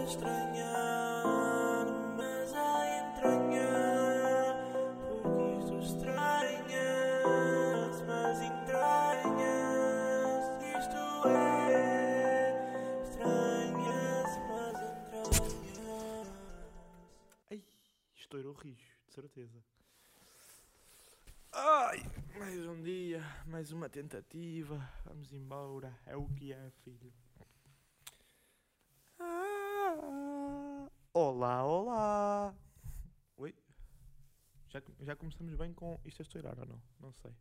estranhar, mas a entranhar, porque isto estranha-se, mas entranha-se, isto estranha-se, mas entranha-se. Ai, estourou o rijo, de certeza. Ai, mais um dia, mais uma tentativa. Vamos embora, é o que é, filho. Olá, olá. Oi? Já começamos bem com isto a estourar ou não? Não sei.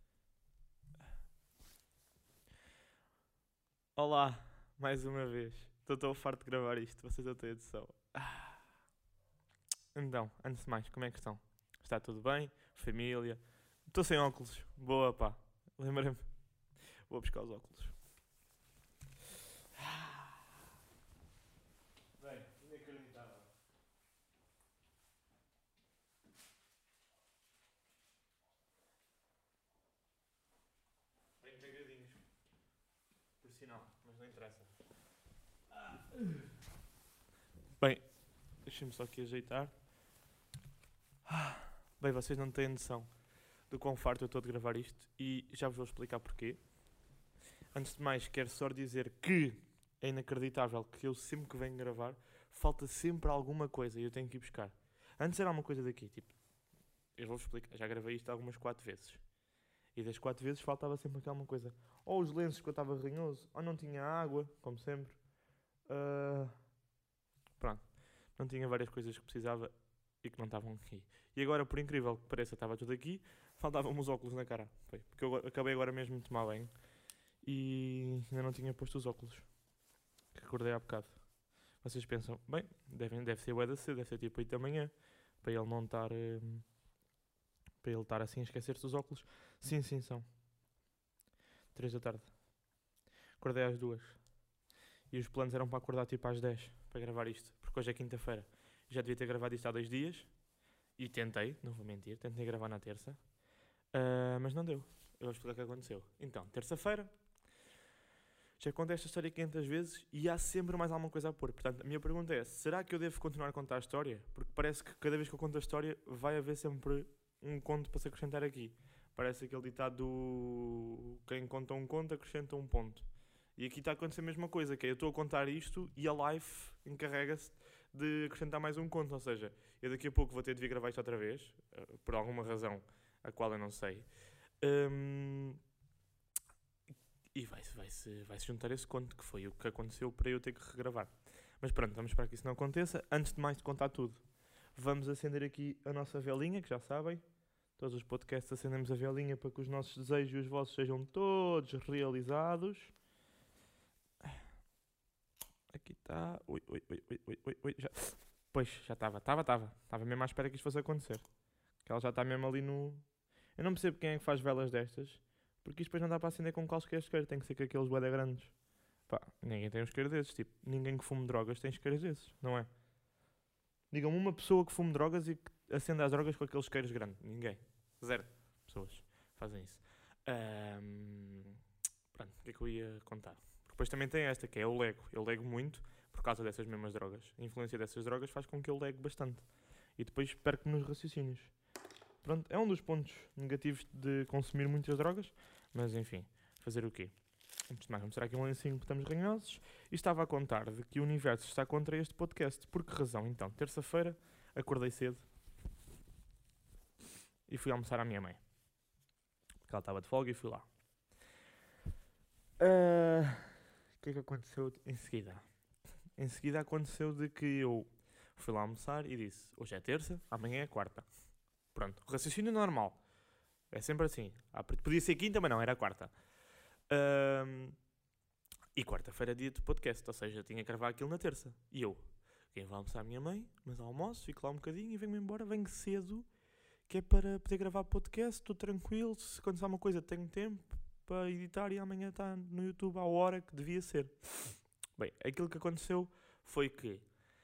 Olá, mais uma vez. Estou farto de gravar isto, vocês não têm noção. Então, antes de mais, como é que estão? Está tudo bem? Família? Estou sem óculos. Boa, pá. Lembra-me. Vou buscar os óculos. Bem, inacreditável. Bem cagadinhos. Por sinal, mas não interessa. Bem, deixem-me só aqui ajeitar. Bem, vocês não têm noção do quão farto eu estou de gravar isto e já vos vou explicar porquê. Antes de mais, quero só dizer que é inacreditável que eu sempre que venho gravar falta sempre alguma coisa e eu tenho que ir buscar. Antes era uma coisa daqui, tipo, eu vou-vos explicar, já gravei isto algumas 4 vezes. E das 4 vezes faltava sempre aquela coisa. Ou os lenços que eu estava ranhoso, ou não tinha água, como sempre. Pronto, não tinha várias coisas que precisava e que não estavam aqui. E agora, por incrível que pareça, estava tudo aqui, faltavam-me os óculos na cara. Foi, porque eu acabei agora mesmo de tomar banho e ainda não tinha posto os óculos, que acordei há bocado. Vocês pensam, bem, deve ser bué da cedo, deve ser tipo 8 da manhã, para ele não estar... para ele estar assim a esquecer-se dos óculos. Sim, são 3 da tarde. Acordei às 2. E os planos eram para acordar tipo às 10 para gravar isto, porque hoje é quinta-feira. Já devia ter gravado isto há 2 dias e tentei, não vou mentir, tentei gravar na terça, mas não deu. Eu vou explicar o que aconteceu. Então, terça-feira, já contei esta história 500 vezes e há sempre mais alguma coisa a pôr. Portanto, a minha pergunta é, será que eu devo continuar a contar a história? Porque parece que cada vez que eu conto a história vai haver sempre um conto para se acrescentar aqui. Parece aquele ditado do quem conta um conto acrescenta um ponto. E aqui está a acontecer a mesma coisa, que é eu estou a contar isto e a live encarrega-se de acrescentar mais um conto. Ou seja, eu daqui a pouco vou ter de vir gravar isto outra vez, por alguma razão, a qual eu não sei. E vai-se juntar esse conto, que foi o que aconteceu para eu ter que regravar. Mas pronto, vamos esperar que isso não aconteça. Antes de mais de contar tudo, vamos acender aqui a nossa velinha, que já sabem. Todos os podcasts acendemos a velinha para que os nossos desejos e os vossos sejam todos realizados. Aqui está. Ui. Já. Pois, já estava. Estava mesmo à espera que isto fosse acontecer. Que ela já está mesmo ali no... Eu não percebo quem é que faz velas destas. Porque isto depois não dá para acender com qualquer isqueiro. Tem que ser com aqueles bué grandes. Pá, ninguém tem um isqueiro desses. Tipo, ninguém que fume drogas tem isqueiros desses. Não é? Digam-me uma pessoa que fume drogas e que acenda as drogas com aqueles isqueiros grandes. Ninguém. 0 pessoas fazem isso. Pronto, o que é que eu ia contar? Depois também tem esta, que é o Lego. Eu lego muito por causa dessas mesmas drogas. A influência dessas drogas faz com que eu legue bastante. E depois perco-me nos raciocínios. Pronto, é um dos pontos negativos de consumir muitas drogas. Mas enfim, fazer o quê? Antes de mais, vou mostrar aqui um lencinho que estamos ranhosos. E estava a contar de que o universo está contra este podcast. Por que razão? Então, terça-feira, acordei cedo. E fui almoçar à minha mãe. Porque ela estava de folga e fui lá. O que é que aconteceu em seguida? Em seguida aconteceu de que eu fui lá almoçar e disse, hoje é terça, amanhã é quarta. Pronto, raciocínio normal. É sempre assim. Podia ser quinta, mas não, era quarta. E quarta-feira é dia de podcast, ou seja, tinha que gravar aquilo na terça. E eu, quem vai almoçar a minha mãe, mas almoço, fico lá um bocadinho e venho-me embora, venho cedo, que é para poder gravar podcast, estou tranquilo, se acontecer alguma coisa tenho tempo para editar e amanhã está no YouTube à hora que devia ser. Bem, aquilo que aconteceu foi que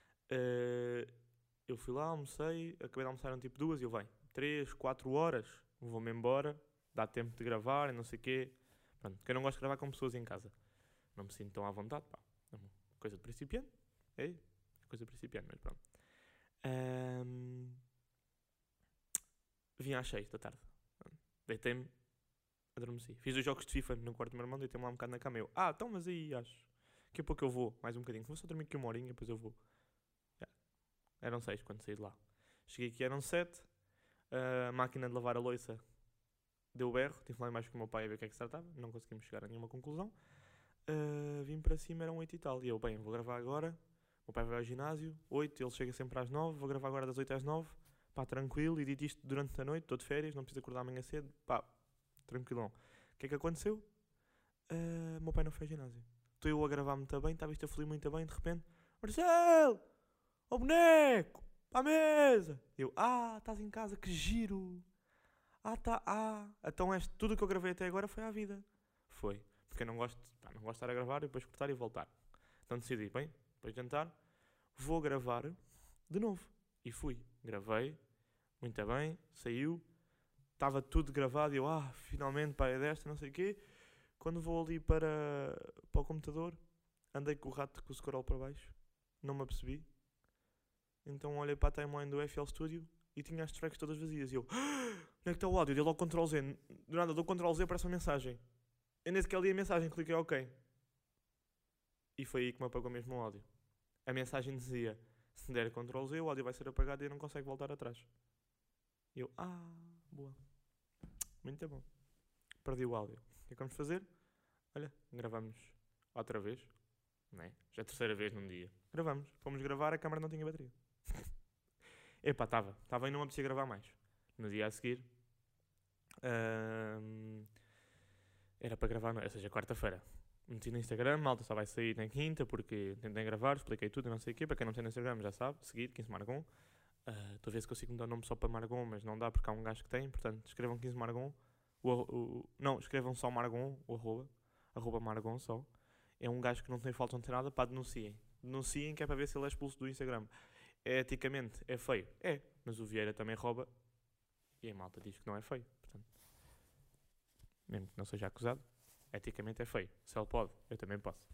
eu fui lá, almocei, acabei de almoçar eram tipo 2 e eu 3, 4 horas, vou-me embora, dá tempo de gravar e não sei o quê. Pronto, porque eu não gosto de gravar com pessoas em casa. Não me sinto tão à vontade, pá. É uma coisa de principiante. É coisa principiante, mas pronto. Ahm, Vim às 6 da tarde. Deitei-me, adormeci. Fiz os jogos de FIFA no quarto do meu irmão, deitei-me lá um bocado na cama. Então, mas aí acho. Daqui a pouco eu vou, mais um bocadinho. Vou só dormir aqui uma horinha, depois eu vou. Já. Eram 6 quando saí de lá. Cheguei aqui, eram 7. A máquina de lavar a louça deu berro. Tive lá embaixo com o meu pai a ver o que é que se tratava. Não conseguimos chegar a nenhuma conclusão. Vim para cima, eram 8 e tal. E eu, bem, vou gravar agora. O meu pai vai ao ginásio, 8, ele chega sempre às 9. Vou gravar agora das 8 às 9. Pá, tranquilo, edito isto durante a noite, estou de férias, não preciso acordar amanhã cedo. Pá, tranquilão. O que é que aconteceu? O meu pai não foi ao ginásio. Estou eu a gravar muito bem, estava isto a fluir muito bem, de repente, Marcelo! Ó boneco! Para a mesa! Eu, estás em casa, que giro! Então tudo o que eu gravei até agora foi à vida. Foi. Porque eu não gosto de estar a gravar e depois cortar e voltar. Então decidi, bem, depois de jantar, vou gravar de novo. E fui. Gravei, muito bem, saiu. Estava tudo gravado e eu, finalmente, pá, é desta, não sei o quê. Quando vou ali para o computador, andei com o rato com o scroll para baixo. Não me apercebi. Então olhei para a timeline do FL Studio e tinha as tracks todas vazias. E eu, onde é que está o áudio? Dei logo Ctrl Z. Do nada dou Ctrl Z, aparece uma mensagem. Eu nem sequer li a mensagem, cliquei OK. E foi aí que me apagou mesmo o áudio. A mensagem dizia, se der Ctrl Z, o áudio vai ser apagado e não consegue voltar atrás. E eu, boa. Muito bom. Perdi o áudio. O que é que vamos fazer? Olha, gravamos outra vez. Não é? Já é a terceira vez num dia. Gravamos. Fomos gravar, a câmera não tinha bateria. Epá, estava e não me apetecia gravar mais. No dia a seguir, era para gravar, ou seja, quarta-feira. Meti no Instagram, malta só vai sair na quinta porque tentei gravar, expliquei tudo e não sei o quê. Para quem não tem no Instagram já sabe, seguir 15 Margon. Estou a ver se consigo mudar o nome só para Margon, mas não dá porque há um gajo que tem. Portanto, escrevam 15 Margon. Não, escrevam só Margon, o arroba Margon só. É um gajo que não tem foto, não tem nada, pá, denunciem. Denunciem que é para ver se ele é expulso do Instagram. Eticamente é feio? É, mas o Vieira também rouba e a malta diz que não é feio. Portanto, mesmo que não seja acusado, eticamente é feio. Se ele pode, eu também posso.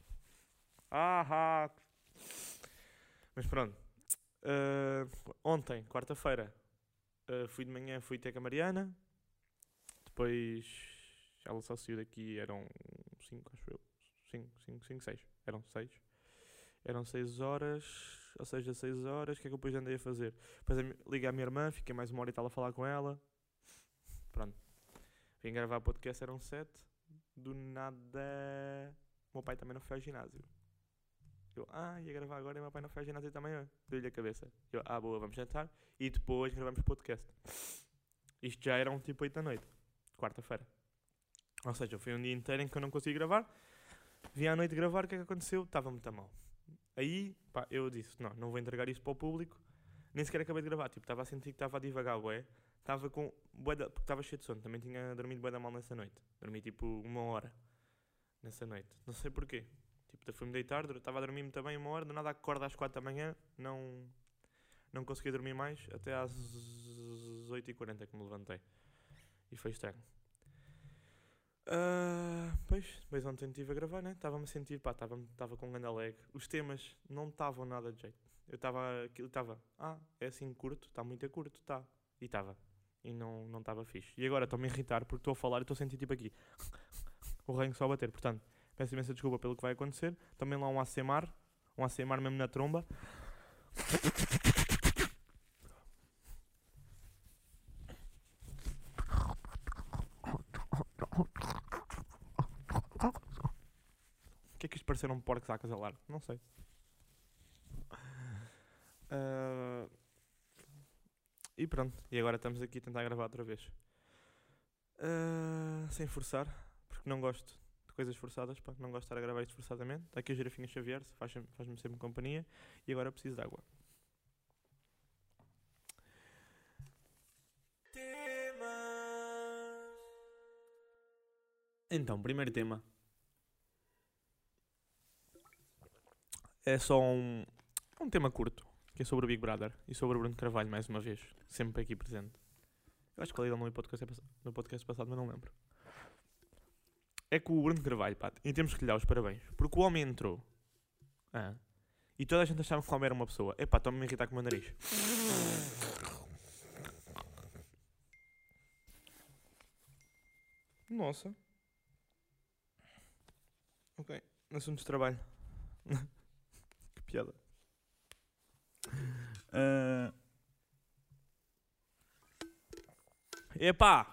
Mas pronto. Ontem, quarta-feira, fui de manhã, fui ter com a Mariana. Depois ela só saiu daqui, eram 5, acho eu. 5, 6. Eram 6. Eram 6 horas, ou seja, 6 horas. O que é que eu depois andei a fazer? Depois liguei à minha irmã, fiquei mais uma hora e tal a falar com ela. Pronto. Vim gravar podcast, eram 7. Do nada, o meu pai também não foi ao ginásio. Eu, ia gravar agora e o meu pai não foi ao ginásio também. Deu-lhe a cabeça. Eu, boa, vamos jantar. E depois gravamos podcast. Isto já eram tipo 8 da noite. Quarta-feira. Ou seja, foi um dia inteiro em que eu não consegui gravar. Vim à noite gravar, o que é que aconteceu? Estava muito mal. Aí, pá, eu disse, não vou entregar isto para o público. Nem sequer acabei de gravar. Tipo, estava a sentir que estava a divagar, Estava com porque estava cheio de sono. Também tinha dormido bué da mal nessa noite. Dormi tipo 1 hora nessa noite. Não sei porquê. Tipo, fui-me deitar, estava a dormir muito bem 1 hora. Do nada acordo às 4 da manhã. Não consegui dormir mais até às 8h40 que me levantei. E foi estranho. Depois ontem estive a gravar, né? Estava-me a sentir, pá, estava com um grande lag. Os temas não estavam nada de jeito. Eu estava, é assim curto, está muito curto, está. E estava. E não estava fixe. E agora estou-me a irritar porque estou a falar e estou a sentir tipo aqui. O ranho só a bater. Portanto, peço imensa desculpa pelo que vai acontecer. Também lá um ACMR mesmo na tromba. O que é que isto pareceram porcos a acasalar? Não sei. E pronto. E agora estamos aqui a tentar gravar outra vez. Sem forçar. Porque não gosto de coisas forçadas. Pá. Não gosto de estar a gravar isto forçadamente. Está aqui o Girafinha Xavier. Faz-me sempre companhia. E agora preciso de água. Então, primeiro tema. É só um tema curto, que é sobre o Big Brother e sobre o Bruno Carvalho, mais uma vez, sempre aqui presente. Eu acho que falei dele no podcast passado, mas não lembro. É que o Bruno Carvalho, pá, e temos que lhe dar os parabéns, porque o homem entrou E toda a gente achava que o homem era uma pessoa. Epá, estou-me a irritar com o meu nariz. Nossa. Ok. Assuntos de trabalho. Que piada. Epá!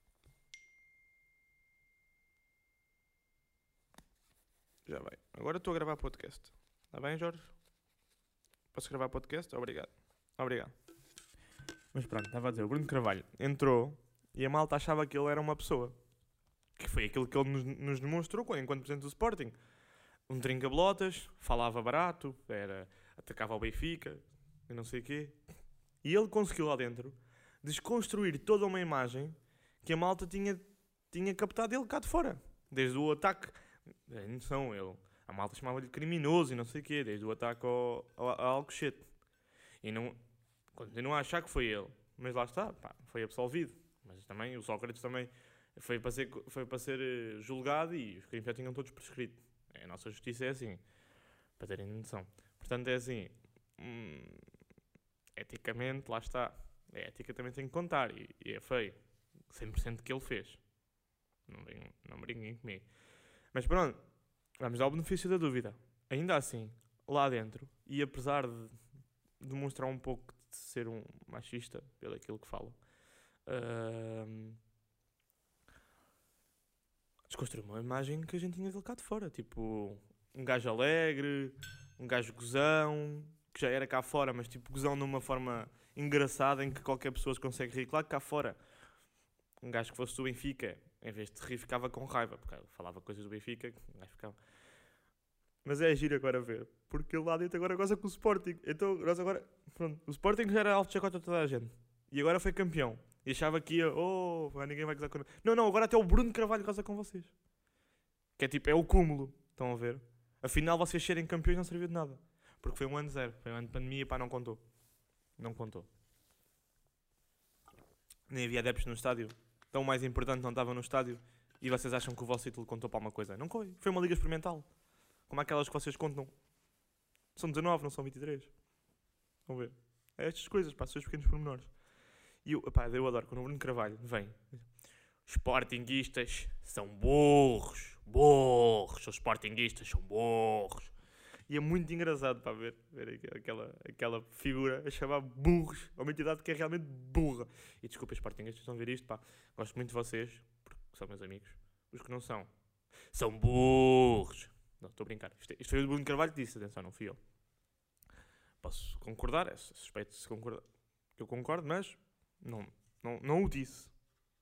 Já vai. Agora estou a gravar podcast. Está bem, Jorge? Posso gravar podcast? Obrigado. Obrigado. Mas pronto, estava a dizer, o Bruno Carvalho entrou e a malta achava que ele era uma pessoa. Que foi aquilo que ele nos demonstrou enquanto presidente do Sporting. Um trinca-bolotas, falava barato, atacava ao Benfica, e não sei o quê. E ele conseguiu lá dentro desconstruir toda uma imagem que a malta tinha captado dele cá de fora. Desde o ataque, a malta chamava-lhe criminoso e não sei o quê, desde o ataque ao Alcochete. E não continua a achar que foi ele. Mas lá está, pá, foi absolvido. Mas também o Sócrates também foi para ser julgado e os crimes já tinham todos prescrito. A nossa justiça é assim, para terem noção. Portanto é assim, eticamente, lá está. A ética também tem que contar e é feio. 100% que ele fez. Não brinquem comigo. Mas pronto, vamos dar o benefício da dúvida. Ainda assim, lá dentro, e apesar de demonstrar um pouco de ser um machista, pelo aquilo que falo, desconstruiu uma imagem que a gente tinha dele cá de fora. Tipo, um gajo alegre, um gajo gozão, que já era cá fora, mas tipo gozão de uma forma engraçada em que qualquer pessoa se consegue rir. Claro que cá fora, um gajo que fosse do Benfica, em vez de rir, ficava com raiva, porque falava coisas do Benfica, o gajo ficava... Mas é giro agora ver, porque ele lá dentro agora goza com o Sporting. Então, nós agora, pronto, o Sporting já era alvo de chacota a toda a gente. E agora foi campeão. E achava que ia, ninguém vai gozar com... Não, agora até o Bruno Carvalho goza com vocês. Que é tipo, é o cúmulo, estão a ver? Afinal, vocês serem campeões não serviu de nada. Porque foi um ano zero, foi um ano de pandemia, pá, não contou. Não contou. Nem havia adeptos no estádio. Tão mais importante não estava no estádio. E vocês acham que o vosso título contou para alguma coisa? Não foi. Foi uma liga experimental. Como aquelas que vocês contam. São 19, não são 23. Vão ver. É estas coisas, pá, são os pequenos pormenores. E eu adoro quando o Bruno Carvalho vem. Sportinguistas são burros. Burros. Os sportinguistas são burros. E é muito engraçado para ver aquela figura a chamar burros a uma entidade que é realmente burra. E desculpa, sportinguistas, estão a ver isto, pá. Gosto muito de vocês, porque são meus amigos. Os que não são burros. Não, estou a brincar. Isto foi o Bruno Carvalho que disse, atenção, não fui eu. Posso concordar, suspeito se concordar. Eu concordo, mas não o disse.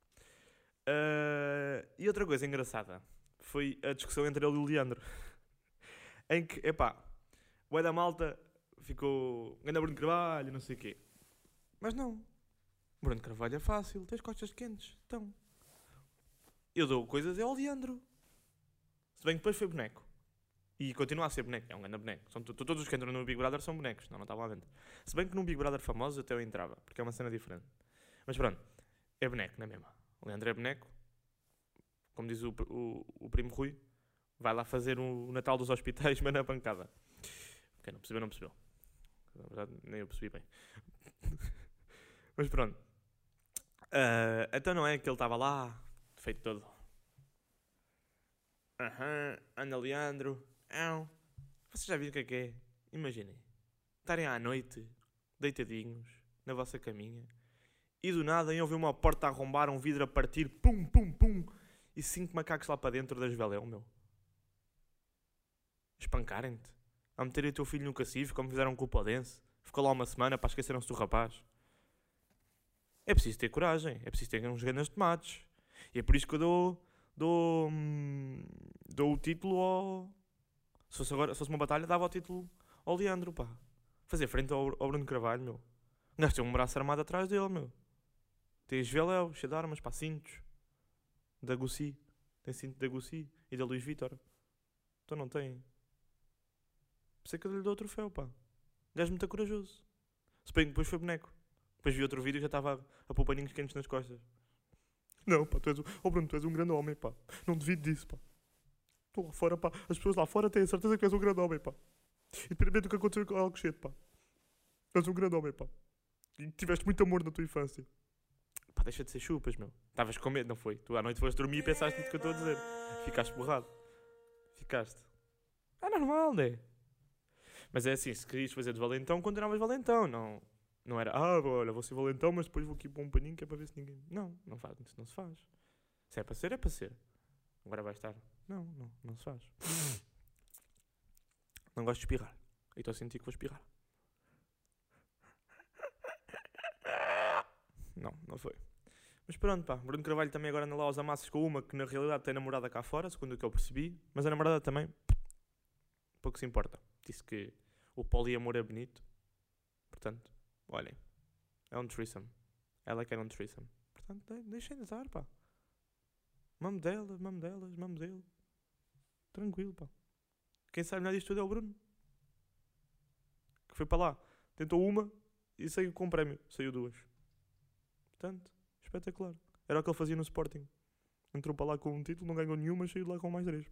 E outra coisa engraçada foi a discussão entre ele e o Leandro. Em que, o da malta ficou... Ganda Bruno Carvalho, não sei o quê. Mas não. Bruno Carvalho é fácil, tens costas quentes. Então, eu dou coisas ao Leandro. Se bem que depois foi boneco. E continua a ser boneco, é um grande boneco. Todos os que entram no Big Brother são bonecos, não estavam lá dentro. Se bem que num Big Brother famoso até eu entrava, porque é uma cena diferente. Mas pronto, é boneco, não é mesmo? O Leandro é boneco, como diz o primo Rui, vai lá fazer o Natal dos hospitais, mas na bancada. Quem não percebeu, não percebeu. Na verdade, nem eu percebi bem. Mas pronto. Então não é que ele estava lá, feito todo. Anda Leandro. Vocês já viram o que é? Imaginem. Estarem à noite, deitadinhos, na vossa caminha, e do nada iam ouvir uma porta a arrombar, um vidro a partir, pum, pum, pum, e 5 macacos lá para dentro das veléu, meu. Espancarem-te. A meterem o teu filho no cacifo, como fizeram com o Podense. Ficou lá uma semana para esqueceram-se do rapaz. É preciso ter coragem. É preciso ter uns grandes tomates. E é por isso que eu dou o título ao... Se fosse uma batalha, dava o título ao Leandro, pá. Fazer frente ao Bruno Carvalho, meu. O gajo tem um braço armado atrás dele, meu. Tem veléu, cheio de armas, pá, cintos. Da Gussi. Tem cinto da Gussi e da Luís Vítor. Então não tem. Por isso é que eu lhe dou o troféu, pá. Gajo muito corajoso. Se bem que depois foi boneco. Depois vi outro vídeo e já estava a pôr paninhos quentes nas costas. Não, pá, Bruno, tu és um grande homem, pá. Não devido disso, pá. Estou lá fora, pá. As pessoas lá fora têm a certeza que tu és um grande homem, pá. Independentemente do que aconteceu com o Alcochete, pá. És um grande homem, pá. E tiveste muito amor na tua infância. Pá, deixa de ser chupas, meu. Estavas com medo, não foi? Tu à noite foste dormir e pensaste no que eu estou a dizer. Ficaste borrado. Ficaste. É normal, né? Mas é assim, se querias fazer de valentão, continuavas valentão. Não era, olha, vou ser valentão, mas depois vou aqui para um paninho que é para ver se ninguém... Não faz, isso não se faz. Se é para ser, é para ser. Agora vai estar. Não se faz. Não gosto de espirrar. E estou a sentir que vou espirrar. Não foi. Mas pronto, pá. Bruno Carvalho também agora anda lá aos amassos com uma que na realidade tem namorada cá fora, segundo o que eu percebi. Mas a namorada também, pouco se importa. Disse que o poliamor é bonito. Portanto, olhem. É um threesome. Ela quer um threesome. Portanto, deixem de usar, pá. Mamo delas, mamo dele. Tranquilo, pá. Quem sabe melhor disto tudo é o Bruno. Que foi para lá. Tentou uma e saiu com um prémio. Saiu duas. Portanto, espetacular. Era o que ele fazia no Sporting. Entrou para lá com um título, não ganhou nenhum, mas saiu de lá com mais 3.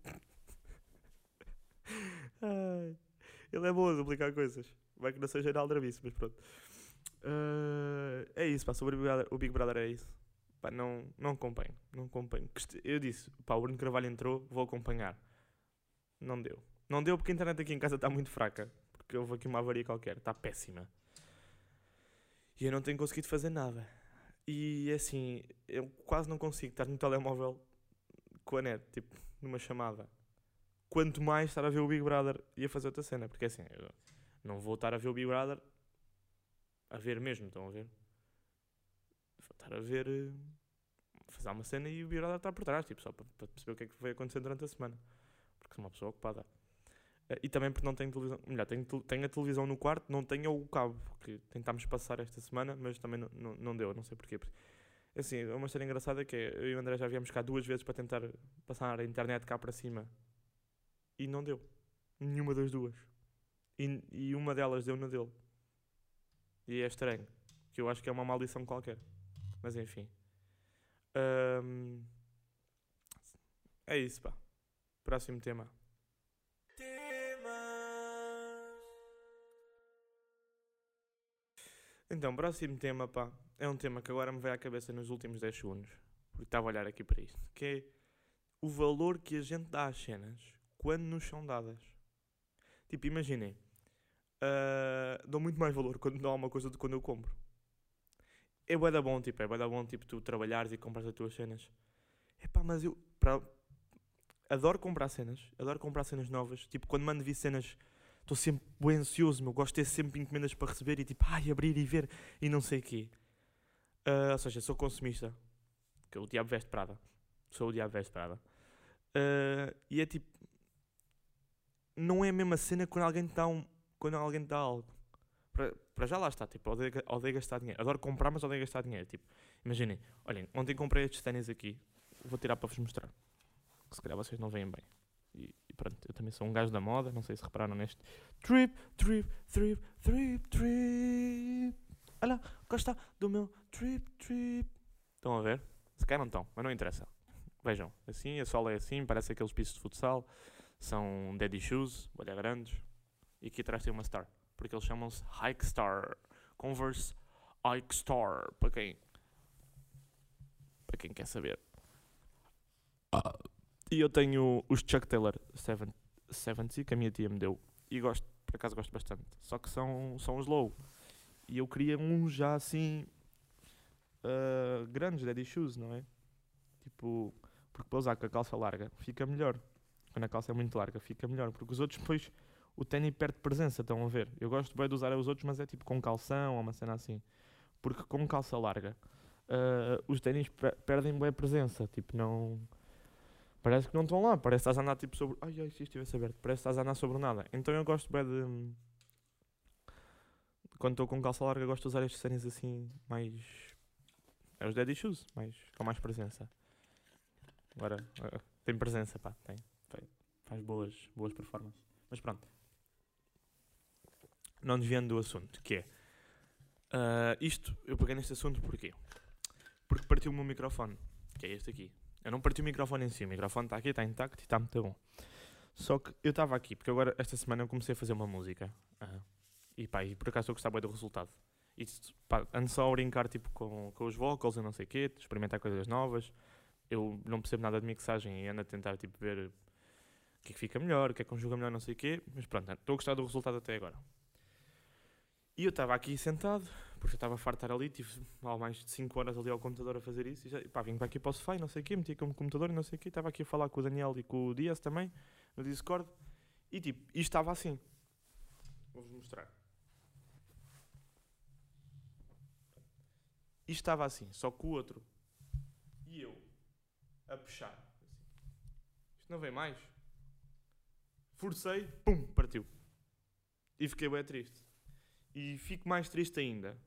Ai, ele é bom a duplicar coisas. Vai que não seja Geraldo Dravice, mas pronto. É isso, pá. Sobre o Big Brother é isso. Pá, não acompanho. Eu disse, pá, o Bruno Carvalho entrou, vou acompanhar. Não deu. Não deu porque a internet aqui em casa está muito fraca. Porque houve aqui uma avaria qualquer. Está péssima. E eu não tenho conseguido fazer nada. E assim, eu quase não consigo estar no telemóvel com a net, tipo, numa chamada. Quanto mais estar a ver o Big Brother e a fazer outra cena. Porque assim, eu não vou estar a ver o Big Brother a ver mesmo, estão a ver? Vou estar a ver, fazer uma cena e o Big Brother está por trás, tipo, só para perceber o que é que vai acontecer durante a semana. Porque sou uma pessoa ocupada. E também porque não tenho televisão. Melhor, tenho a televisão no quarto, não tenho o cabo. Que tentámos passar esta semana, mas também não deu, não sei porquê. Assim, é uma história engraçada que é, eu e o André já viemos cá 2 vezes para tentar passar a internet cá para cima. E não deu. Nenhuma das duas. E uma delas deu na dele. E é estranho. Que eu acho que é uma maldição qualquer. Mas enfim. É isso, pá. Próximo tema. Então, próximo tema, pá, é um tema que agora me veio à cabeça nos últimos 10 segundos, porque estava a olhar aqui para isto, que é o valor que a gente dá às cenas quando nos são dadas. Tipo, imaginem, dou muito mais valor quando dou alguma coisa do que quando eu compro. É bué da bom, tipo, tu trabalhares e compras as tuas cenas. Epá, mas eu adoro comprar cenas novas, tipo, quando mando vir cenas... Estou sempre bem ansioso, meu. Gosto de ter sempre encomendas para receber e tipo, abrir e ver e não sei o quê. Ou seja, sou consumista. Que o diabo veste Prada. Sou o diabo veste Prada. E é tipo... Não é a mesma cena quando alguém te dá algo. Para já lá está, tipo, odeio gastar dinheiro. Adoro comprar, mas odeio gastar dinheiro. Tipo, imaginem, olhem, ontem comprei estes ténis aqui. Vou tirar para vos mostrar. Que se calhar vocês não veem bem. E pronto, eu também sou um gajo da moda, não sei se repararam neste trip. Olha, cá está do meu trip. Estão a ver? Se calhar não estão, mas não interessa. Vejam, assim, a sola é assim, parece aqueles pisos de futsal. São Daddy Shoes, olha grandes. E aqui atrás tem uma Star, porque eles chamam-se Hike Star. Converse Hike Star, para quem quer saber. E eu tenho os Chuck Taylor 70 que a minha tia me deu. E por acaso gosto bastante. Só que são os low. E eu queria uns já assim... grandes, Daddy Shoes, não é? Tipo... Porque para usar com a calça larga fica melhor. Quando a calça é muito larga fica melhor. Porque os outros depois... O ténis perde presença, estão a ver? Eu gosto bem de usar os outros, mas é tipo com calção ou uma cena assim. Porque com calça larga... os ténis perdem bem presença. Tipo, não... Parece que não estão lá, parece que estás a andar tipo sobre... Ai, se isto estivesse aberto, parece que estás a andar sobre nada. Então eu gosto bem de... Quando estou com calça larga, gosto de usar estes ténis assim, mais... É os Daddy Shoes, com mais presença. Agora, tem presença, pá, tem. Faz boas performances. Mas pronto. Não desviando do assunto, que é... isto, eu peguei neste assunto porquê? Porque partiu o meu microfone, que é este aqui. Eu não parti o microfone em si, o microfone está aqui, está intacto e está muito bom. Só que eu estava aqui, porque agora, esta semana, eu comecei a fazer uma música. E pá, e por acaso estou a gostar bem do resultado. E pá, ando só a brincar tipo, com os vocals e não sei o quê, experimentar coisas novas. Eu não percebo nada de mixagem e ando a tentar tipo, ver o que é que fica melhor, o que é que conjuga melhor, não sei o quê. Mas pronto, estou a gostar do resultado até agora. E eu estava aqui sentado, porque eu estava a fartar ali, tive há mais de 5 horas ali ao computador a fazer isso. E pá, vim para aqui para o sofá e não sei o quê, meti aqui um computador e não sei o quê. Estava aqui a falar com o Daniel e com o Dias também, no Discord. E tipo, isto estava assim. Vou-vos mostrar. Isto estava assim, só que o outro. E eu, a puxar. Isto não vem mais. Forcei, pum, partiu. E fiquei bem triste. E fico mais triste ainda.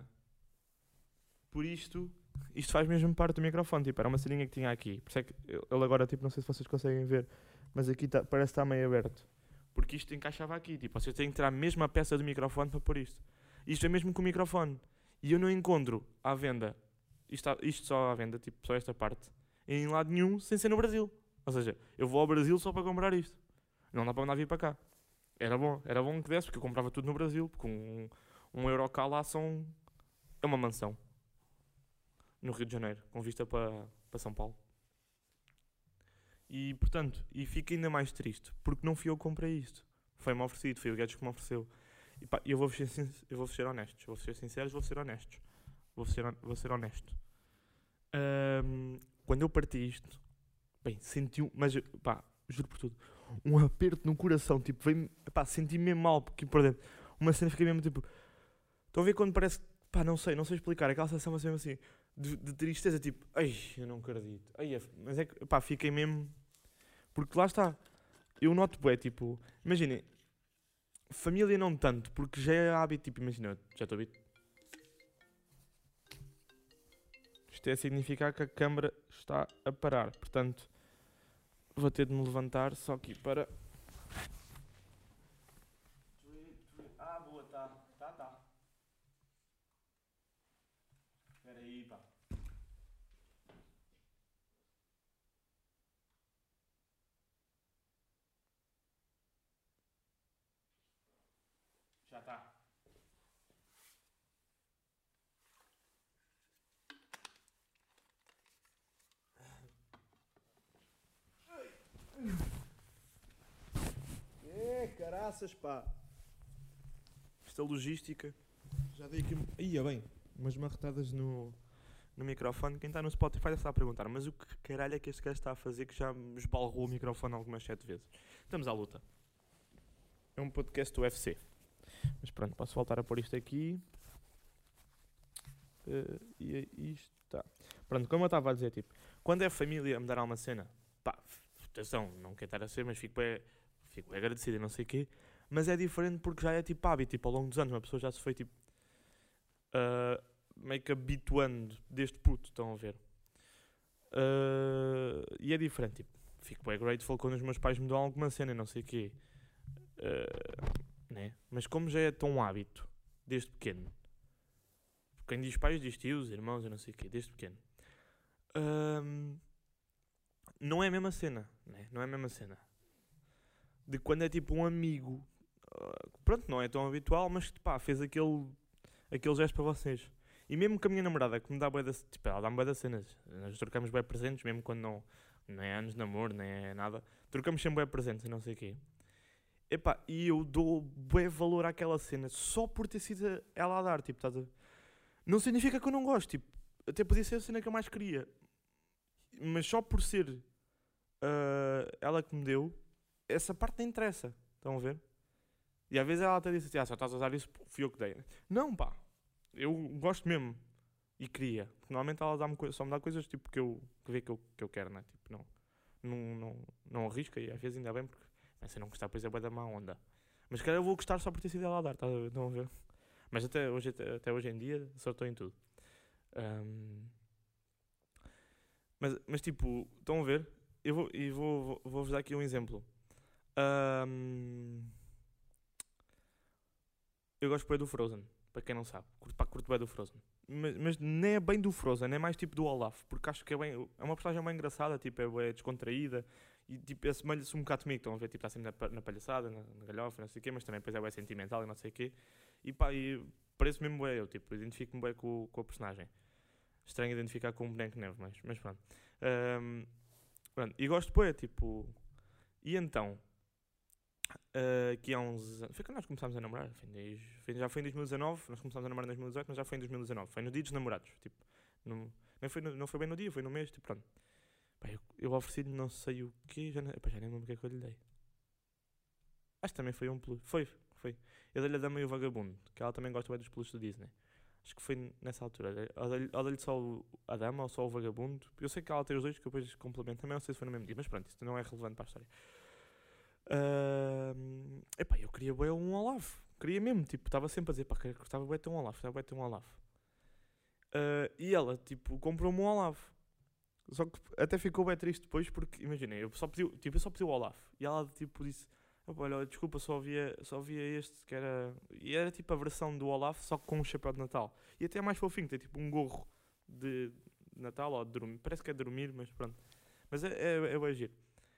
Por isto faz mesmo parte do microfone. Tipo, era uma seringa que tinha aqui. Por isso é que ele agora, tipo, não sei se vocês conseguem ver, mas aqui parece que está meio aberto. Porque isto encaixava aqui. Tipo, vocês têm que tirar mesmo a peça do microfone para pôr isto. Isto é mesmo com o microfone. E eu não encontro à venda, isto só à venda, tipo, só esta parte, em lado nenhum, sem ser no Brasil. Ou seja, eu vou ao Brasil só para comprar isto. Não dá para mandar vir para cá. Era bom que desse, porque eu comprava tudo no Brasil, porque um euro cá lá é uma mansão. No Rio de Janeiro, com vista para São Paulo. E, portanto, fico ainda mais triste, porque não fui eu que comprei isto. Foi-me oferecido, foi o Guedes que me ofereceu. E pá, eu vou ser honesto, vou ser sincero, vou ser honesto. Vou ser honesto. Quando eu parti isto, bem, senti mas pá, juro por tudo, um aperto no coração, tipo, senti mesmo mal, porque por dentro, uma cena fiquei mesmo tipo, estão a ver quando parece, pá, não sei explicar, aquela sensação assim, de tristeza, tipo, ai, eu não acredito, mas é que, pá, fiquei mesmo, porque lá está, eu noto, tipo, imaginem, família não tanto, porque já é hábito, tipo, imagina, já estou habituado. Isto é significar que a câmara está a parar, portanto, vou ter de me levantar só aqui para... Boa, tá. Espera aí, pá. Já está. Caraças, pá. Esta logística. Já dei aqui. Ia bem. Umas marretadas no microfone. Quem está no Spotify deve estar a perguntar: mas o que caralho é que este gajo está a fazer que já me esbalrou o microfone algumas 7 vezes? Estamos à luta. É um podcast do UFC. Mas pronto, posso voltar a pôr isto aqui. E isto está. Pronto, como eu estava a dizer, tipo, quando é família a me dar uma cena, pá, atenção, não quero estar a ser, mas fico bem agradecido e não sei o quê. Mas é diferente porque já é tipo hábito, tipo, ao longo dos anos, uma pessoa já se foi tipo meio que habituando deste puto, estão a ver? E é diferente, tipo, fico bem grateful quando os meus pais me dão alguma cena e não sei o quê. Né? Mas como já é tão hábito, desde pequeno, quem diz pais diz tios, irmãos e não sei o quê, desde pequeno, não é a mesma cena, né? Não é a mesma cena de quando é tipo um amigo, pronto, não é tão habitual, mas pá, fez aquele gesto para vocês. E mesmo com a minha namorada, que me dá bué da, tipo, ela dá-me bué das cenas, nós trocamos bué presentes, mesmo quando não é anos de namoro, nem é nada, trocamos sempre bué presentes e não sei o quê. Epá, e eu dou bué valor àquela cena, só por ter sido ela a dar, tipo, estás a... Não significa que eu não gosto, tipo, até podia ser a cena que eu mais queria, mas só por ser ela que me deu, essa parte não interessa, estão a ver? E às vezes ela até disse assim, só estás a usar isso porque fui eu que dei. Não, pá, eu gosto mesmo e queria, porque normalmente ela só me dá coisas tipo que vê que eu quero, né? Tipo, não arrisca e às vezes ainda bem, porque se eu não gostar, depois é bué da má onda. Mas cara, eu vou gostar só por ter sido ela a dar, estão a ver? Mas até hoje em dia, só estou em tudo. Mas tipo, estão a ver? Vou-vos dar aqui um exemplo. Eu gosto bem do Frozen, para quem não sabe. Curto bem do Frozen. Mas nem é bem do Frozen, é mais tipo do Olaf, porque acho que é uma personagem bem engraçada, tipo, é bem descontraída E tipo, assemelha-se um bocado comigo. Estão a ver, tipo, está sempre na palhaçada, na galhofa, não sei o quê, mas também depois é bem sentimental e não sei o quê. E pá, e parece mesmo bem eu, tipo, identifico-me bem com a personagem. Estranho identificar com um boneco de neve, mas pronto. Ahm, pronto. E gosto de tipo... E então, aqui há uns anos... Foi quando nós começámos a namorar? Já foi em 2019, nós começámos a namorar em 2018, mas já foi em 2019. Foi no dia dos namorados, tipo... Não foi bem no dia, foi no mês, tipo, pronto. Pá, eu ofereci-lhe não sei o quê, já nem me lembro o que é que eu lhe dei. Acho que também foi um peluche. Foi. Eu dei-lhe a Dama e o Vagabundo, que ela também gosta bem dos peluches do Disney. Acho que foi nessa altura. Ou dei-lhe só a Dama ou só o Vagabundo. Eu sei que ela tem os dois, que eu depois complemento. Também não sei se foi no mesmo dia, mas pronto, isso não é relevante para a história. Epá, eu queria bem um Olaf. Queria mesmo, tipo, estava sempre a dizer, pá, gostava bem de ter um Olaf, e ela, tipo, comprou-me um Olaf. Só que até ficou bem triste depois porque, imaginem, eu só pedi o Olaf. E ela, tipo, disse, olha, desculpa, só havia este, que era... E era, tipo, a versão do Olaf, só com um chapéu de Natal. E até é mais fofinho, tem, tipo, um gorro de Natal ou de dormir. Parece que é de dormir, mas pronto. Mas é bem giro.